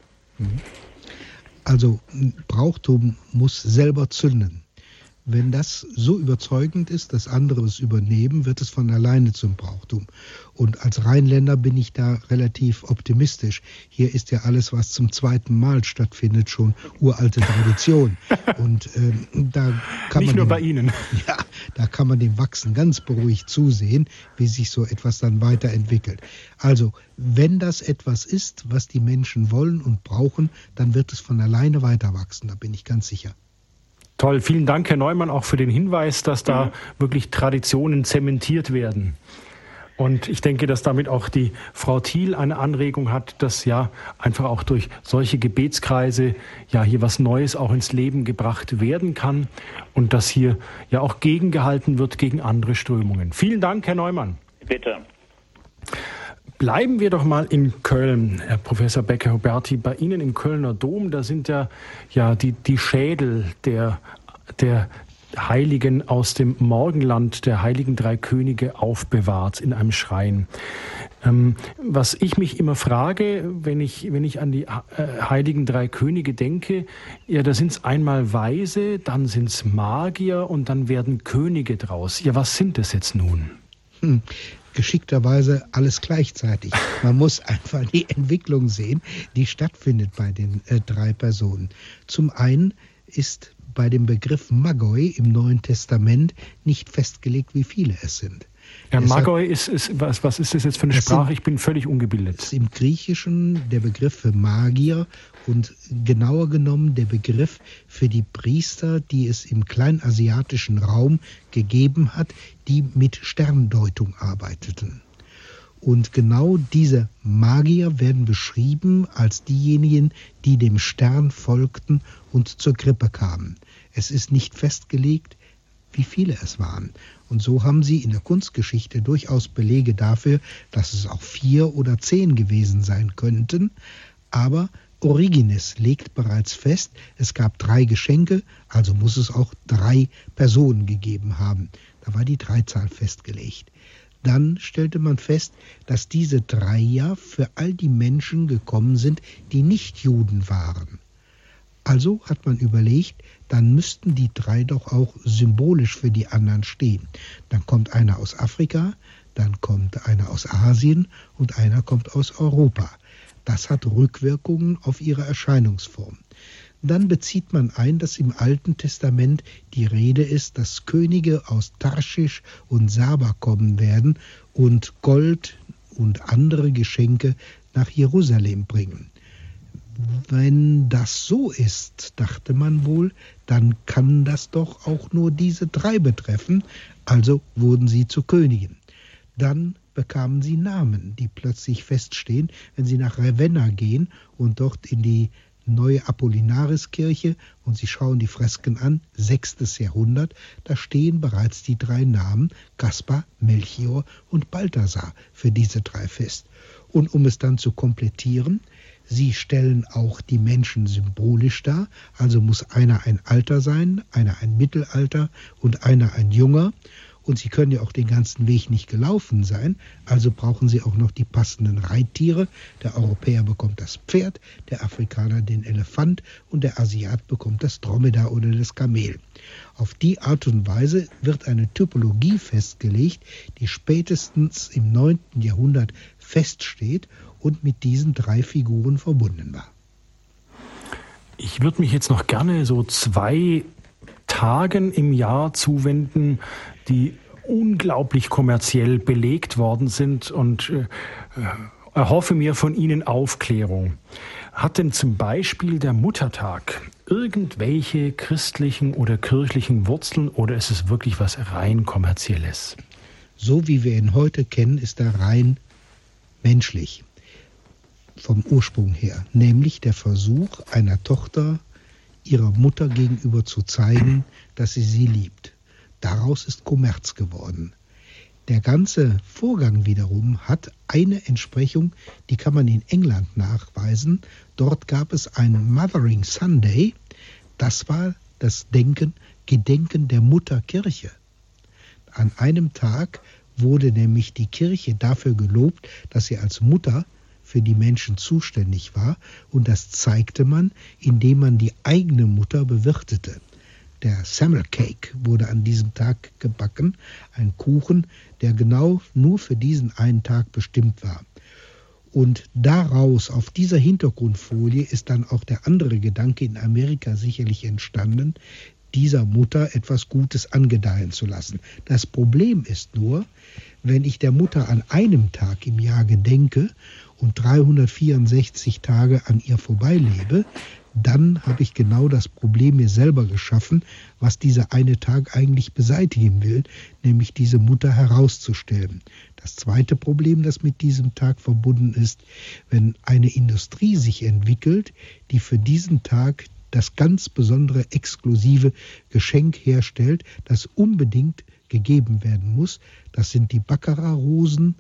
Also Brauchtum muss selber zünden. Wenn das so überzeugend ist, dass andere es übernehmen, wird es von alleine zum Brauchtum. Und als Rheinländer bin ich da relativ optimistisch. Hier ist ja alles, was zum 2. Mal stattfindet, schon uralte Tradition. Und da kann nicht man nur bei Ihnen. Ja, da kann man dem Wachsen ganz beruhigt zusehen, wie sich so etwas dann weiterentwickelt. Also, wenn das etwas ist, was die Menschen wollen und brauchen, dann wird es von alleine weiter wachsen. Da bin ich ganz sicher. Toll, vielen Dank, Herr Neumann, auch für den Hinweis, dass da wirklich Traditionen zementiert werden. Und ich denke, dass damit auch die Frau Thiel eine Anregung hat, dass einfach auch durch solche Gebetskreise hier was Neues auch ins Leben gebracht werden kann und dass hier auch gegengehalten wird gegen andere Strömungen. Vielen Dank, Herr Neumann. Bitte. Bleiben wir doch mal in Köln, Herr Professor Becker-Huberti. Bei Ihnen im Kölner Dom, da sind die Schädel der Heiligen aus dem Morgenland, der Heiligen 3 Könige, aufbewahrt in einem Schrein. Was ich mich immer frage, wenn ich an die Heiligen 3 Könige denke, da sind es einmal Weise, dann sind es Magier und dann werden Könige draus. Ja, was sind das jetzt nun? Geschickterweise alles gleichzeitig. Man muss einfach die Entwicklung sehen, die stattfindet bei den 3 Personen. Zum einen ist bei dem Begriff Magoi im Neuen Testament nicht festgelegt, wie viele es sind. Ja, Magoi was ist das jetzt für eine Sprache? Ich bin völlig ungebildet. Das ist im Griechischen der Begriff für Magier und genauer genommen der Begriff für die Priester, die es im kleinasiatischen Raum gegeben hat, die mit Sterndeutung arbeiteten. Und genau diese Magier werden beschrieben als diejenigen, die dem Stern folgten und zur Krippe kamen. Es ist nicht festgelegt, wie viele es waren. Und so haben sie in der Kunstgeschichte durchaus Belege dafür, dass es auch 4 oder 10 gewesen sein könnten. Aber Origenes legt bereits fest, es gab 3 Geschenke, also muss es auch 3 Personen gegeben haben. Da war die Dreizahl festgelegt. Dann stellte man fest, dass diese 3 ja für all die Menschen gekommen sind, die nicht Juden waren. Also hat man überlegt, dann müssten die 3 doch auch symbolisch für die anderen stehen. Dann kommt einer aus Afrika, dann kommt einer aus Asien und einer kommt aus Europa. Das hat Rückwirkungen auf ihre Erscheinungsform. Dann bezieht man ein, dass im Alten Testament die Rede ist, dass Könige aus Tarschisch und Saba kommen werden und Gold und andere Geschenke nach Jerusalem bringen. Wenn das so ist, dachte man wohl, dann kann das doch auch nur diese 3 betreffen, also wurden sie zu Königen. Dann bekamen sie Namen, die plötzlich feststehen, wenn sie nach Ravenna gehen und dort in die neue Apollinaris-Kirche und Sie schauen die Fresken an, 6. Jahrhundert, da stehen bereits die 3 Namen Kaspar, Melchior und Balthasar für diese 3 fest. Und um es dann zu komplettieren, sie stellen auch die Menschen symbolisch dar, also muss einer ein Alter sein, einer ein Mittelalter und einer ein Junger. Und sie können ja auch den ganzen Weg nicht gelaufen sein, also brauchen sie auch noch die passenden Reittiere. Der Europäer bekommt das Pferd, der Afrikaner den Elefant und der Asiat bekommt das Dromedar oder das Kamel. Auf die Art und Weise wird eine Typologie festgelegt, die spätestens im 9. Jahrhundert feststeht und mit diesen 3 Figuren verbunden war. Ich würde mich jetzt noch gerne so 2 Tagen im Jahr zuwenden, die unglaublich kommerziell belegt worden sind und erhoffe mir von Ihnen Aufklärung. Hat denn zum Beispiel der Muttertag irgendwelche christlichen oder kirchlichen Wurzeln oder ist es wirklich was rein Kommerzielles? So wie wir ihn heute kennen, ist er rein menschlich vom Ursprung her, nämlich der Versuch einer Tochter ihrer Mutter gegenüber zu zeigen, dass sie sie liebt. Daraus ist Kommerz geworden. Der ganze Vorgang wiederum hat eine Entsprechung, die kann man in England nachweisen. Dort gab es einen Mothering Sunday. Das war das Gedenken der Mutterkirche. An einem Tag wurde nämlich die Kirche dafür gelobt, dass sie als Mutter für die Menschen zuständig war. Und das zeigte man, indem man die eigene Mutter bewirtete. Der Summer Cake wurde an diesem Tag gebacken, ein Kuchen, der genau nur für diesen einen Tag bestimmt war. Und daraus, auf dieser Hintergrundfolie, ist dann auch der andere Gedanke in Amerika sicherlich entstanden, dieser Mutter etwas Gutes angedeihen zu lassen. Das Problem ist nur, wenn ich der Mutter an einem Tag im Jahr gedenke und 364 Tage an ihr vorbeilebe, dann habe ich genau das Problem mir selber geschaffen, was dieser eine Tag eigentlich beseitigen will, nämlich diese Mutter herauszustellen. Das zweite Problem, das mit diesem Tag verbunden ist, wenn eine Industrie sich entwickelt, die für diesen Tag das ganz besondere, exklusive Geschenk herstellt, das unbedingt gegeben werden muss. Das sind die Baccarat-Rosen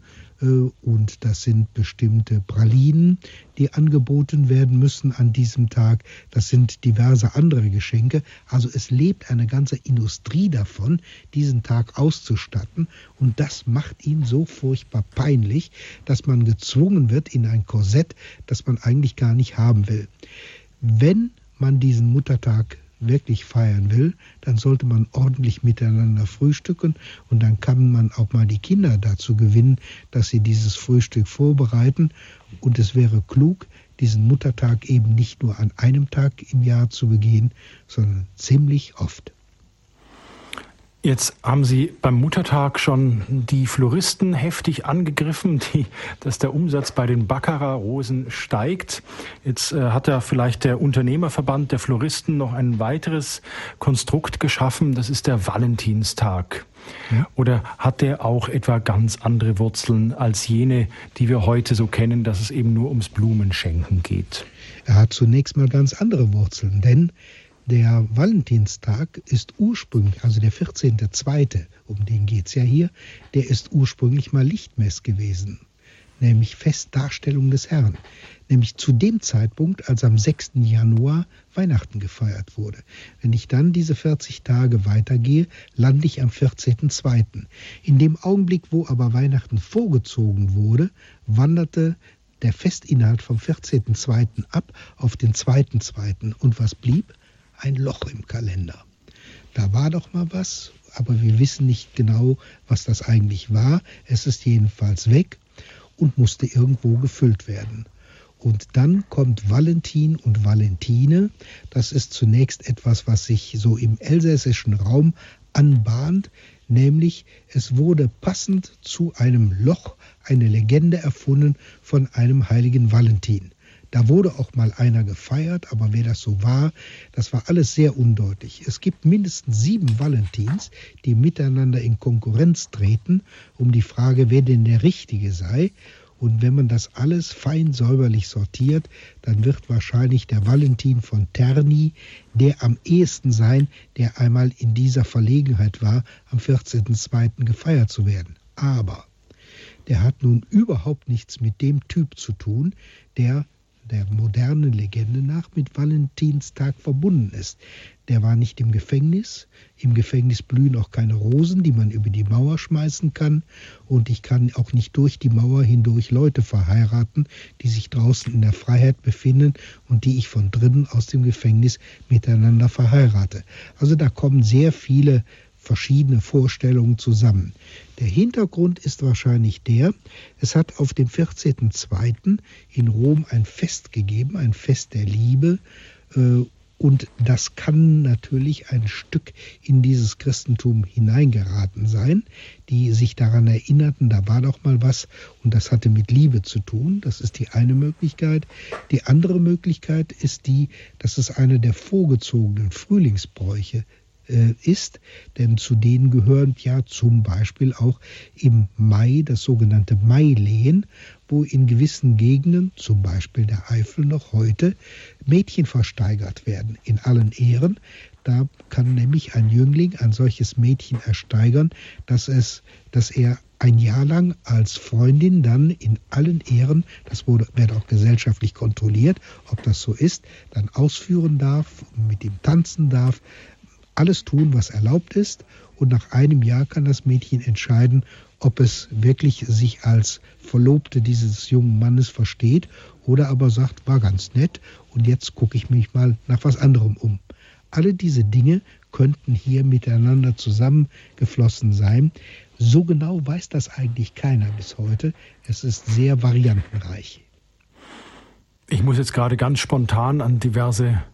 und das sind bestimmte Pralinen, die angeboten werden müssen an diesem Tag. Das sind diverse andere Geschenke. Also es lebt eine ganze Industrie davon, diesen Tag auszustatten. Und das macht ihn so furchtbar peinlich, dass man gezwungen wird in ein Korsett, das man eigentlich gar nicht haben will. Wenn man diesen Muttertag wirklich feiern will, dann sollte man ordentlich miteinander frühstücken und dann kann man auch mal die Kinder dazu gewinnen, dass sie dieses Frühstück vorbereiten. Und es wäre klug, diesen Muttertag eben nicht nur an einem Tag im Jahr zu begehen, sondern ziemlich oft. Jetzt haben Sie beim Muttertag schon die Floristen heftig angegriffen, dass der Umsatz bei den Baccarat-Rosen steigt. Jetzt hat ja vielleicht der Unternehmerverband der Floristen noch ein weiteres Konstrukt geschaffen, das ist der Valentinstag. Ja. Oder hat der auch etwa ganz andere Wurzeln als jene, die wir heute so kennen, dass es eben nur ums Blumenschenken geht? Er hat zunächst mal ganz andere Wurzeln, denn der Valentinstag ist ursprünglich, also der 14.2., um den geht es ja hier, der ist ursprünglich mal Lichtmess gewesen, nämlich Festdarstellung des Herrn. nämlich zu dem Zeitpunkt, als am 6. Januar Weihnachten gefeiert wurde. Wenn ich dann diese 40 Tage weitergehe, lande ich am 14.2. In dem Augenblick, wo aber Weihnachten vorgezogen wurde, wanderte der Festinhalt vom 14.2. ab auf den 2.2. Und was blieb? Ein Loch im Kalender. Da war doch mal was, aber wir wissen nicht genau, was das eigentlich war. Es ist jedenfalls weg und musste irgendwo gefüllt werden. Und dann kommt Valentin und Valentine. Das ist zunächst etwas, was sich so im elsässischen Raum anbahnt, nämlich es wurde passend zu einem Loch eine Legende erfunden von einem heiligen Valentin. Da wurde auch mal einer gefeiert, aber wer das so war, das war alles sehr undeutlich. Es gibt mindestens 7 Valentins, die miteinander in Konkurrenz treten, um die Frage, wer denn der Richtige sei. Und wenn man das alles fein säuberlich sortiert, dann wird wahrscheinlich der Valentin von Terni der am ehesten sein, der einmal in dieser Verlegenheit war, am 14.2. gefeiert zu werden. Aber der hat nun überhaupt nichts mit dem Typ zu tun, der modernen Legende nach mit Valentinstag verbunden ist. Der war nicht im Gefängnis. Im Gefängnis blühen auch keine Rosen, die man über die Mauer schmeißen kann. Und ich kann auch nicht durch die Mauer hindurch Leute verheiraten, die sich draußen in der Freiheit befinden und die ich von drinnen aus dem Gefängnis miteinander verheirate. Also da kommen sehr viele verschiedene Vorstellungen zusammen. Der Hintergrund ist wahrscheinlich es hat auf dem 14.2. in Rom ein Fest gegeben, ein Fest der Liebe, und das kann natürlich ein Stück in dieses Christentum hineingeraten sein, die sich daran erinnerten, da war doch mal was und das hatte mit Liebe zu tun. Das ist die eine Möglichkeit. Die andere Möglichkeit ist dass es eine der vorgezogenen Frühlingsbräuche ist, denn zu denen gehören ja zum Beispiel auch im Mai das sogenannte Mailehen, wo in gewissen Gegenden, zum Beispiel der Eifel noch heute, Mädchen versteigert werden, in allen Ehren. Da kann nämlich ein Jüngling ein solches Mädchen ersteigern, dass er ein Jahr lang als Freundin dann in allen Ehren, das wird auch gesellschaftlich kontrolliert, ob das so ist, dann ausführen darf, mit ihm tanzen darf, alles tun, was erlaubt ist, und nach einem Jahr kann das Mädchen entscheiden, ob es wirklich sich als Verlobte dieses jungen Mannes versteht oder aber sagt, war ganz nett und jetzt gucke ich mich mal nach was anderem um. Alle diese Dinge könnten hier miteinander zusammengeflossen sein. So genau weiß das eigentlich keiner bis heute. Es ist sehr variantenreich. Ich muss jetzt gerade ganz spontan an diverse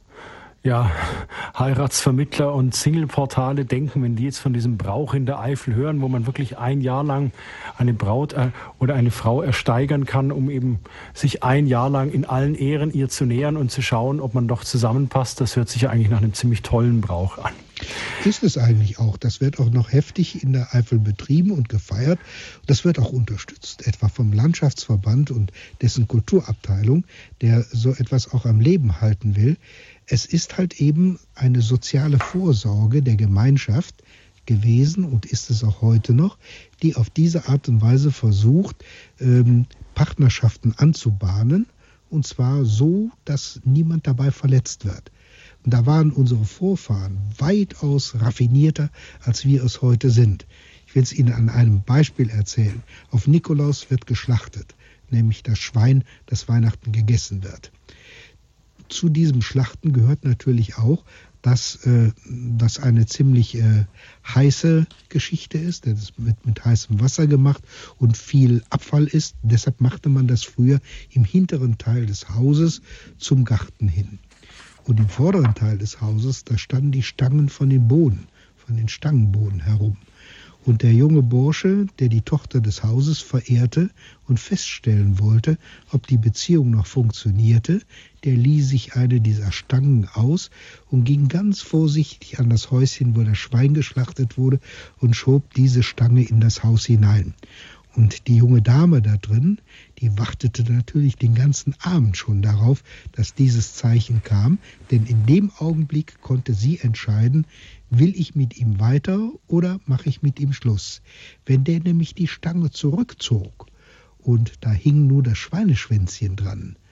Heiratsvermittler und Singleportale denken, wenn die jetzt von diesem Brauch in der Eifel hören, wo man wirklich ein Jahr lang eine Braut oder eine Frau ersteigern kann, um eben sich ein Jahr lang in allen Ehren ihr zu nähern und zu schauen, ob man doch zusammenpasst. Das hört sich ja eigentlich nach einem ziemlich tollen Brauch an. Ist es eigentlich auch. Das wird auch noch heftig in der Eifel betrieben und gefeiert. Das wird auch unterstützt, etwa vom Landschaftsverband und dessen Kulturabteilung, der so etwas auch am Leben halten will. Es ist halt eben eine soziale Vorsorge der Gemeinschaft gewesen und ist es auch heute noch, die auf diese Art und Weise versucht, Partnerschaften anzubahnen, und zwar so, dass niemand dabei verletzt wird. Und da waren unsere Vorfahren weitaus raffinierter, als wir es heute sind. Ich will es Ihnen an einem Beispiel erzählen. Auf Nikolaus wird geschlachtet, nämlich das Schwein, das Weihnachten gegessen wird. Zu diesem Schlachten gehört natürlich auch, dass das eine ziemlich heiße Geschichte ist. Das wird mit heißem Wasser gemacht und viel Abfall ist. Deshalb machte man das früher im hinteren Teil des Hauses zum Garten hin. Und im vorderen Teil des Hauses, da standen die Stangen von den Bohnen, von den Stangenbohnen herum. Und der junge Bursche, der die Tochter des Hauses verehrte und feststellen wollte, ob die Beziehung noch funktionierte, der lieh sich eine dieser Stangen aus und ging ganz vorsichtig an das Häuschen, wo das Schwein geschlachtet wurde, und schob diese Stange in das Haus hinein. Und die junge Dame da drin, die wartete natürlich den ganzen Abend schon darauf, dass dieses Zeichen kam, denn in dem Augenblick konnte sie entscheiden, will ich mit ihm weiter oder mache ich mit ihm Schluss. Wenn der nämlich die Stange zurückzog und da hing nur das Schweineschwänzchen dran,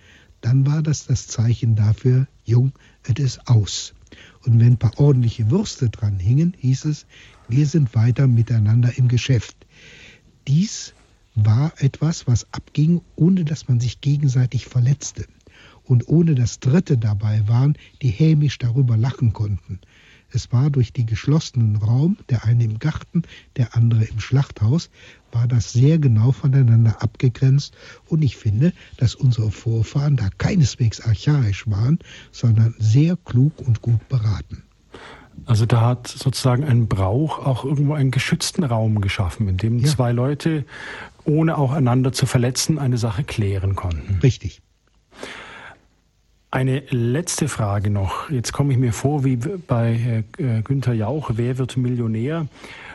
dann war das Zeichen dafür, Jung, es ist aus. Und wenn ein paar ordentliche Würste dran hingen, hieß es, wir sind weiter miteinander im Geschäft. Dies war etwas, was abging, ohne dass man sich gegenseitig verletzte. Und ohne dass Dritte dabei waren, die hämisch darüber lachen konnten. Es war durch den geschlossenen Raum, der eine im Garten, der andere im Schlachthaus, war das sehr genau voneinander abgegrenzt. Und ich finde, dass unsere Vorfahren da keineswegs archaisch waren, sondern sehr klug und gut beraten. Also da hat sozusagen ein Brauch auch irgendwo einen geschützten Raum geschaffen, in dem zwei Leute, ohne auch einander zu verletzen, eine Sache klären konnten. Richtig. Eine letzte Frage noch. Jetzt komme ich mir vor wie bei Günther Jauch, wer wird Millionär?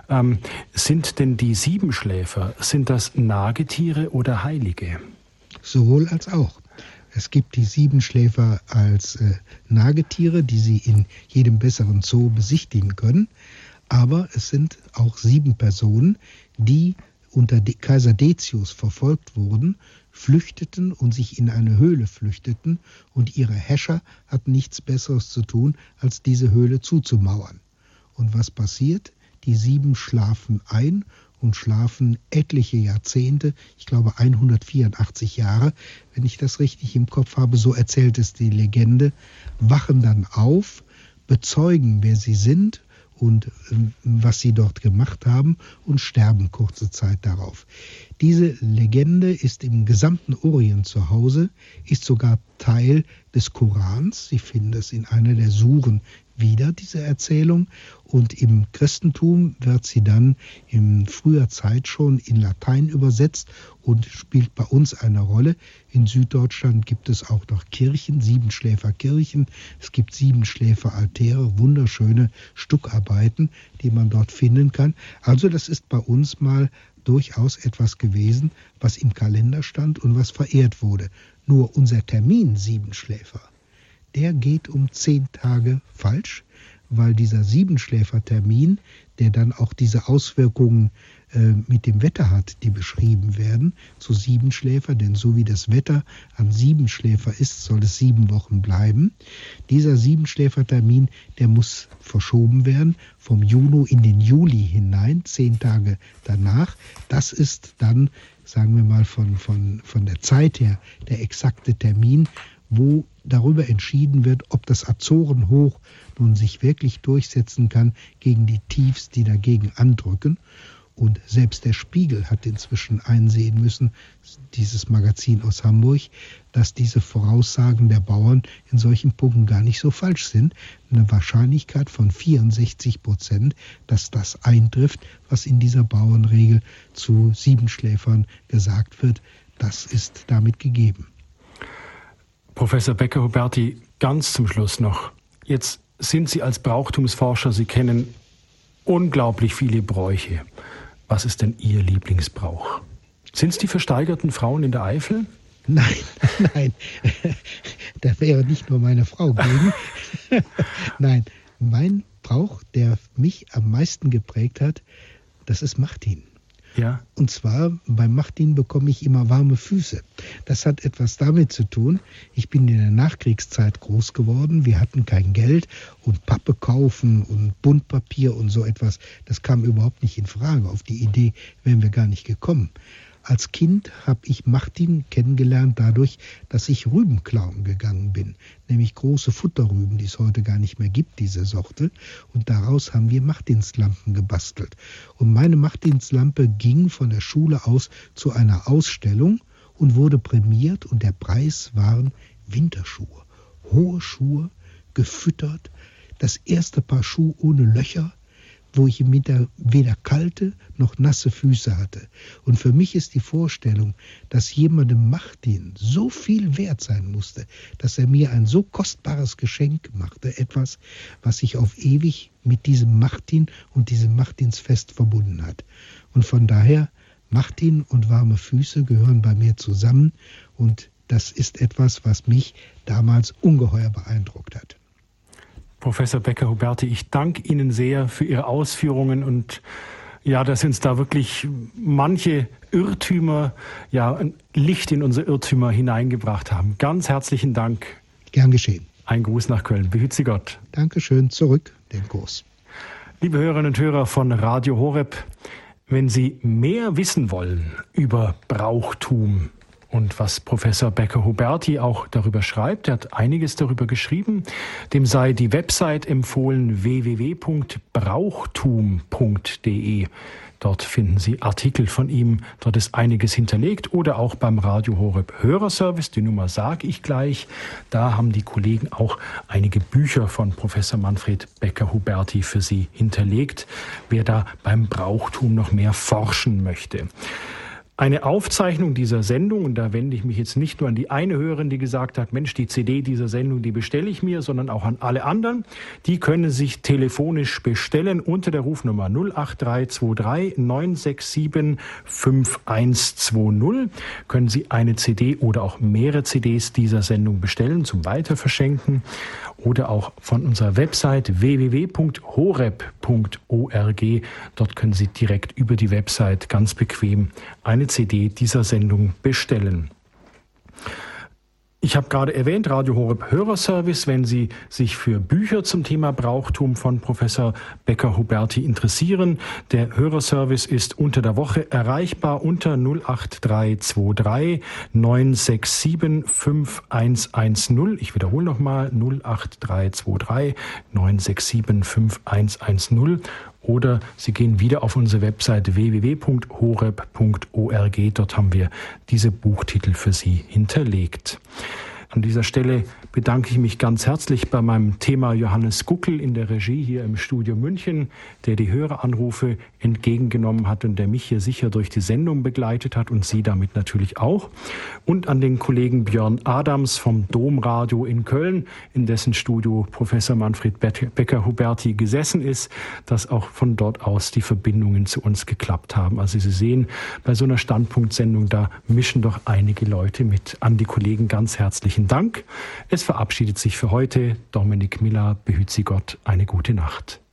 Sind denn die Siebenschläfer, sind das Nagetiere oder Heilige? Sowohl als auch. Es gibt die Siebenschläfer als Nagetiere, die Sie in jedem besseren Zoo besichtigen können. Aber es sind auch 7 Personen, die unter Kaiser Decius verfolgt wurden, flüchteten und sich in eine Höhle flüchteten. Und ihre Häscher hatten nichts Besseres zu tun, als diese Höhle zuzumauern. Und was passiert? Die 7 schlafen ein und schlafen etliche Jahrzehnte, ich glaube 184 Jahre, wenn ich das richtig im Kopf habe, so erzählt es die Legende, wachen dann auf, bezeugen, wer sie sind und was sie dort gemacht haben und sterben kurze Zeit darauf. Diese Legende ist im gesamten Orient zu Hause, ist sogar Teil des Korans. Sie finden es in einer der Suren wieder, diese Erzählung. Und im Christentum wird sie dann in früher Zeit schon in Latein übersetzt und spielt bei uns eine Rolle. In Süddeutschland gibt es auch noch Kirchen, Siebenschläferkirchen. Es gibt Siebenschläferaltäre, wunderschöne Stuckarbeiten, die man dort finden kann. Also das ist bei uns mal durchaus etwas gewesen, was im Kalender stand und was verehrt wurde. Nur unser Termin Siebenschläfer, der geht um 10 Tage falsch, weil dieser Siebenschläfertermin, der dann auch diese Auswirkungen mit dem Wetter hat, die beschrieben werden, zu Siebenschläfer, denn so wie das Wetter an Siebenschläfer ist, soll es 7 Wochen bleiben. Dieser Siebenschläfertermin, der muss verschoben werden, vom Juni in den Juli hinein, 10 Tage danach. Das ist dann, sagen wir mal, von der Zeit her der exakte Termin, wo darüber entschieden wird, ob das Azorenhoch nun sich wirklich durchsetzen kann gegen die Tiefs, die dagegen andrücken. Und selbst der Spiegel hat inzwischen einsehen müssen, dieses Magazin aus Hamburg, dass diese Voraussagen der Bauern in solchen Punkten gar nicht so falsch sind. Eine Wahrscheinlichkeit von 64%, dass das eintrifft, was in dieser Bauernregel zu Siebenschläfern gesagt wird, das ist damit gegeben. Professor Becker-Huberti, ganz zum Schluss noch. Jetzt sind Sie als Brauchtumsforscher, Sie kennen unglaublich viele Bräuche. Was ist denn Ihr Lieblingsbrauch? Sind es die versteigerten Frauen in der Eifel? Nein. Da wäre nicht nur meine Frau gegen. Nein, mein Brauch, der mich am meisten geprägt hat, das ist Martin. Ja. Und zwar beim Martin bekomme ich immer warme Füße. Das hat etwas damit zu tun, ich bin in der Nachkriegszeit groß geworden, wir hatten kein Geld und Pappe kaufen und Buntpapier und so etwas, das kam überhaupt nicht in Frage. Auf die Idee wären wir gar nicht gekommen. Als Kind habe ich Martin kennengelernt dadurch, dass ich Rüben klauen gegangen bin, nämlich große Futterrüben, die es heute gar nicht mehr gibt, diese Sorte. Und daraus haben wir Martinslampen gebastelt. Und meine Martinslampe ging von der Schule aus zu einer Ausstellung und wurde prämiert. Und der Preis waren Winterschuhe, hohe Schuhe, gefüttert, das erste Paar Schuhe ohne Löcher, wo ich im Winter weder kalte noch nasse Füße hatte. Und für mich ist die Vorstellung, dass jemandem Martin so viel wert sein musste, dass er mir ein so kostbares Geschenk machte, etwas, was sich auf ewig mit diesem Martin und diesem Martinsfest verbunden hat. Und von daher, Martin und warme Füße gehören bei mir zusammen und das ist etwas, was mich damals ungeheuer beeindruckt hat. Professor Becker-Huberti, ich danke Ihnen sehr für Ihre Ausführungen und Ja, dass uns da wirklich manche Irrtümer, ein Licht in unsere Irrtümer hineingebracht haben. Ganz herzlichen Dank. Gern geschehen. Ein Gruß nach Köln. Behüt Sie Gott. Dankeschön. Zurück den Kurs. Liebe Hörerinnen und Hörer von Radio Horeb, wenn Sie mehr wissen wollen über Brauchtum und was Professor Becker-Huberti auch darüber schreibt, er hat einiges darüber geschrieben, dem sei die Website empfohlen www.brauchtum.de. Dort finden Sie Artikel von ihm, dort ist einiges hinterlegt oder auch beim Radio Horeb Hörerservice, die Nummer sage ich gleich. Da haben die Kollegen auch einige Bücher von Professor Manfred Becker-Huberti für Sie hinterlegt, wer da beim Brauchtum noch mehr forschen möchte. Eine Aufzeichnung dieser Sendung, und da wende ich mich jetzt nicht nur an die eine Hörerin, die gesagt hat, Mensch, die CD dieser Sendung, die bestelle ich mir, sondern auch an alle anderen. Die können sich telefonisch bestellen unter der Rufnummer 08323 967 5120. Können Sie eine CD oder auch mehrere CDs dieser Sendung bestellen zum Weiterverschenken oder auch von unserer Website www.horeb.org. Dort können Sie direkt über die Website ganz bequem eine CD dieser Sendung bestellen. Ich habe gerade erwähnt, Radio Horeb Hörerservice, wenn Sie sich für Bücher zum Thema Brauchtum von Professor Becker-Huberti interessieren. Der Hörerservice ist unter der Woche erreichbar unter 08323 967 5110. Ich wiederhole nochmal 08323 967 5110. Oder Sie gehen wieder auf unsere Webseite www.horeb.org. Dort haben wir diese Buchtitel für Sie hinterlegt. An dieser Stelle bedanke ich mich ganz herzlich bei meinem Thema Johannes Guckel in der Regie hier im Studio München, der die Höreranrufe entgegengenommen hat und der mich hier sicher durch die Sendung begleitet hat und Sie damit natürlich auch. Und an den Kollegen Björn Adams vom Domradio in Köln, in dessen Studio Professor Manfred Becker-Huberti gesessen ist, dass auch von dort aus die Verbindungen zu uns geklappt haben. Also Sie sehen, bei so einer Standpunktsendung, da mischen doch einige Leute mit. An die Kollegen ganz herzlichen Dank. Es verabschiedet sich für heute Dominik Miller. Behüt Sie Gott. Eine gute Nacht.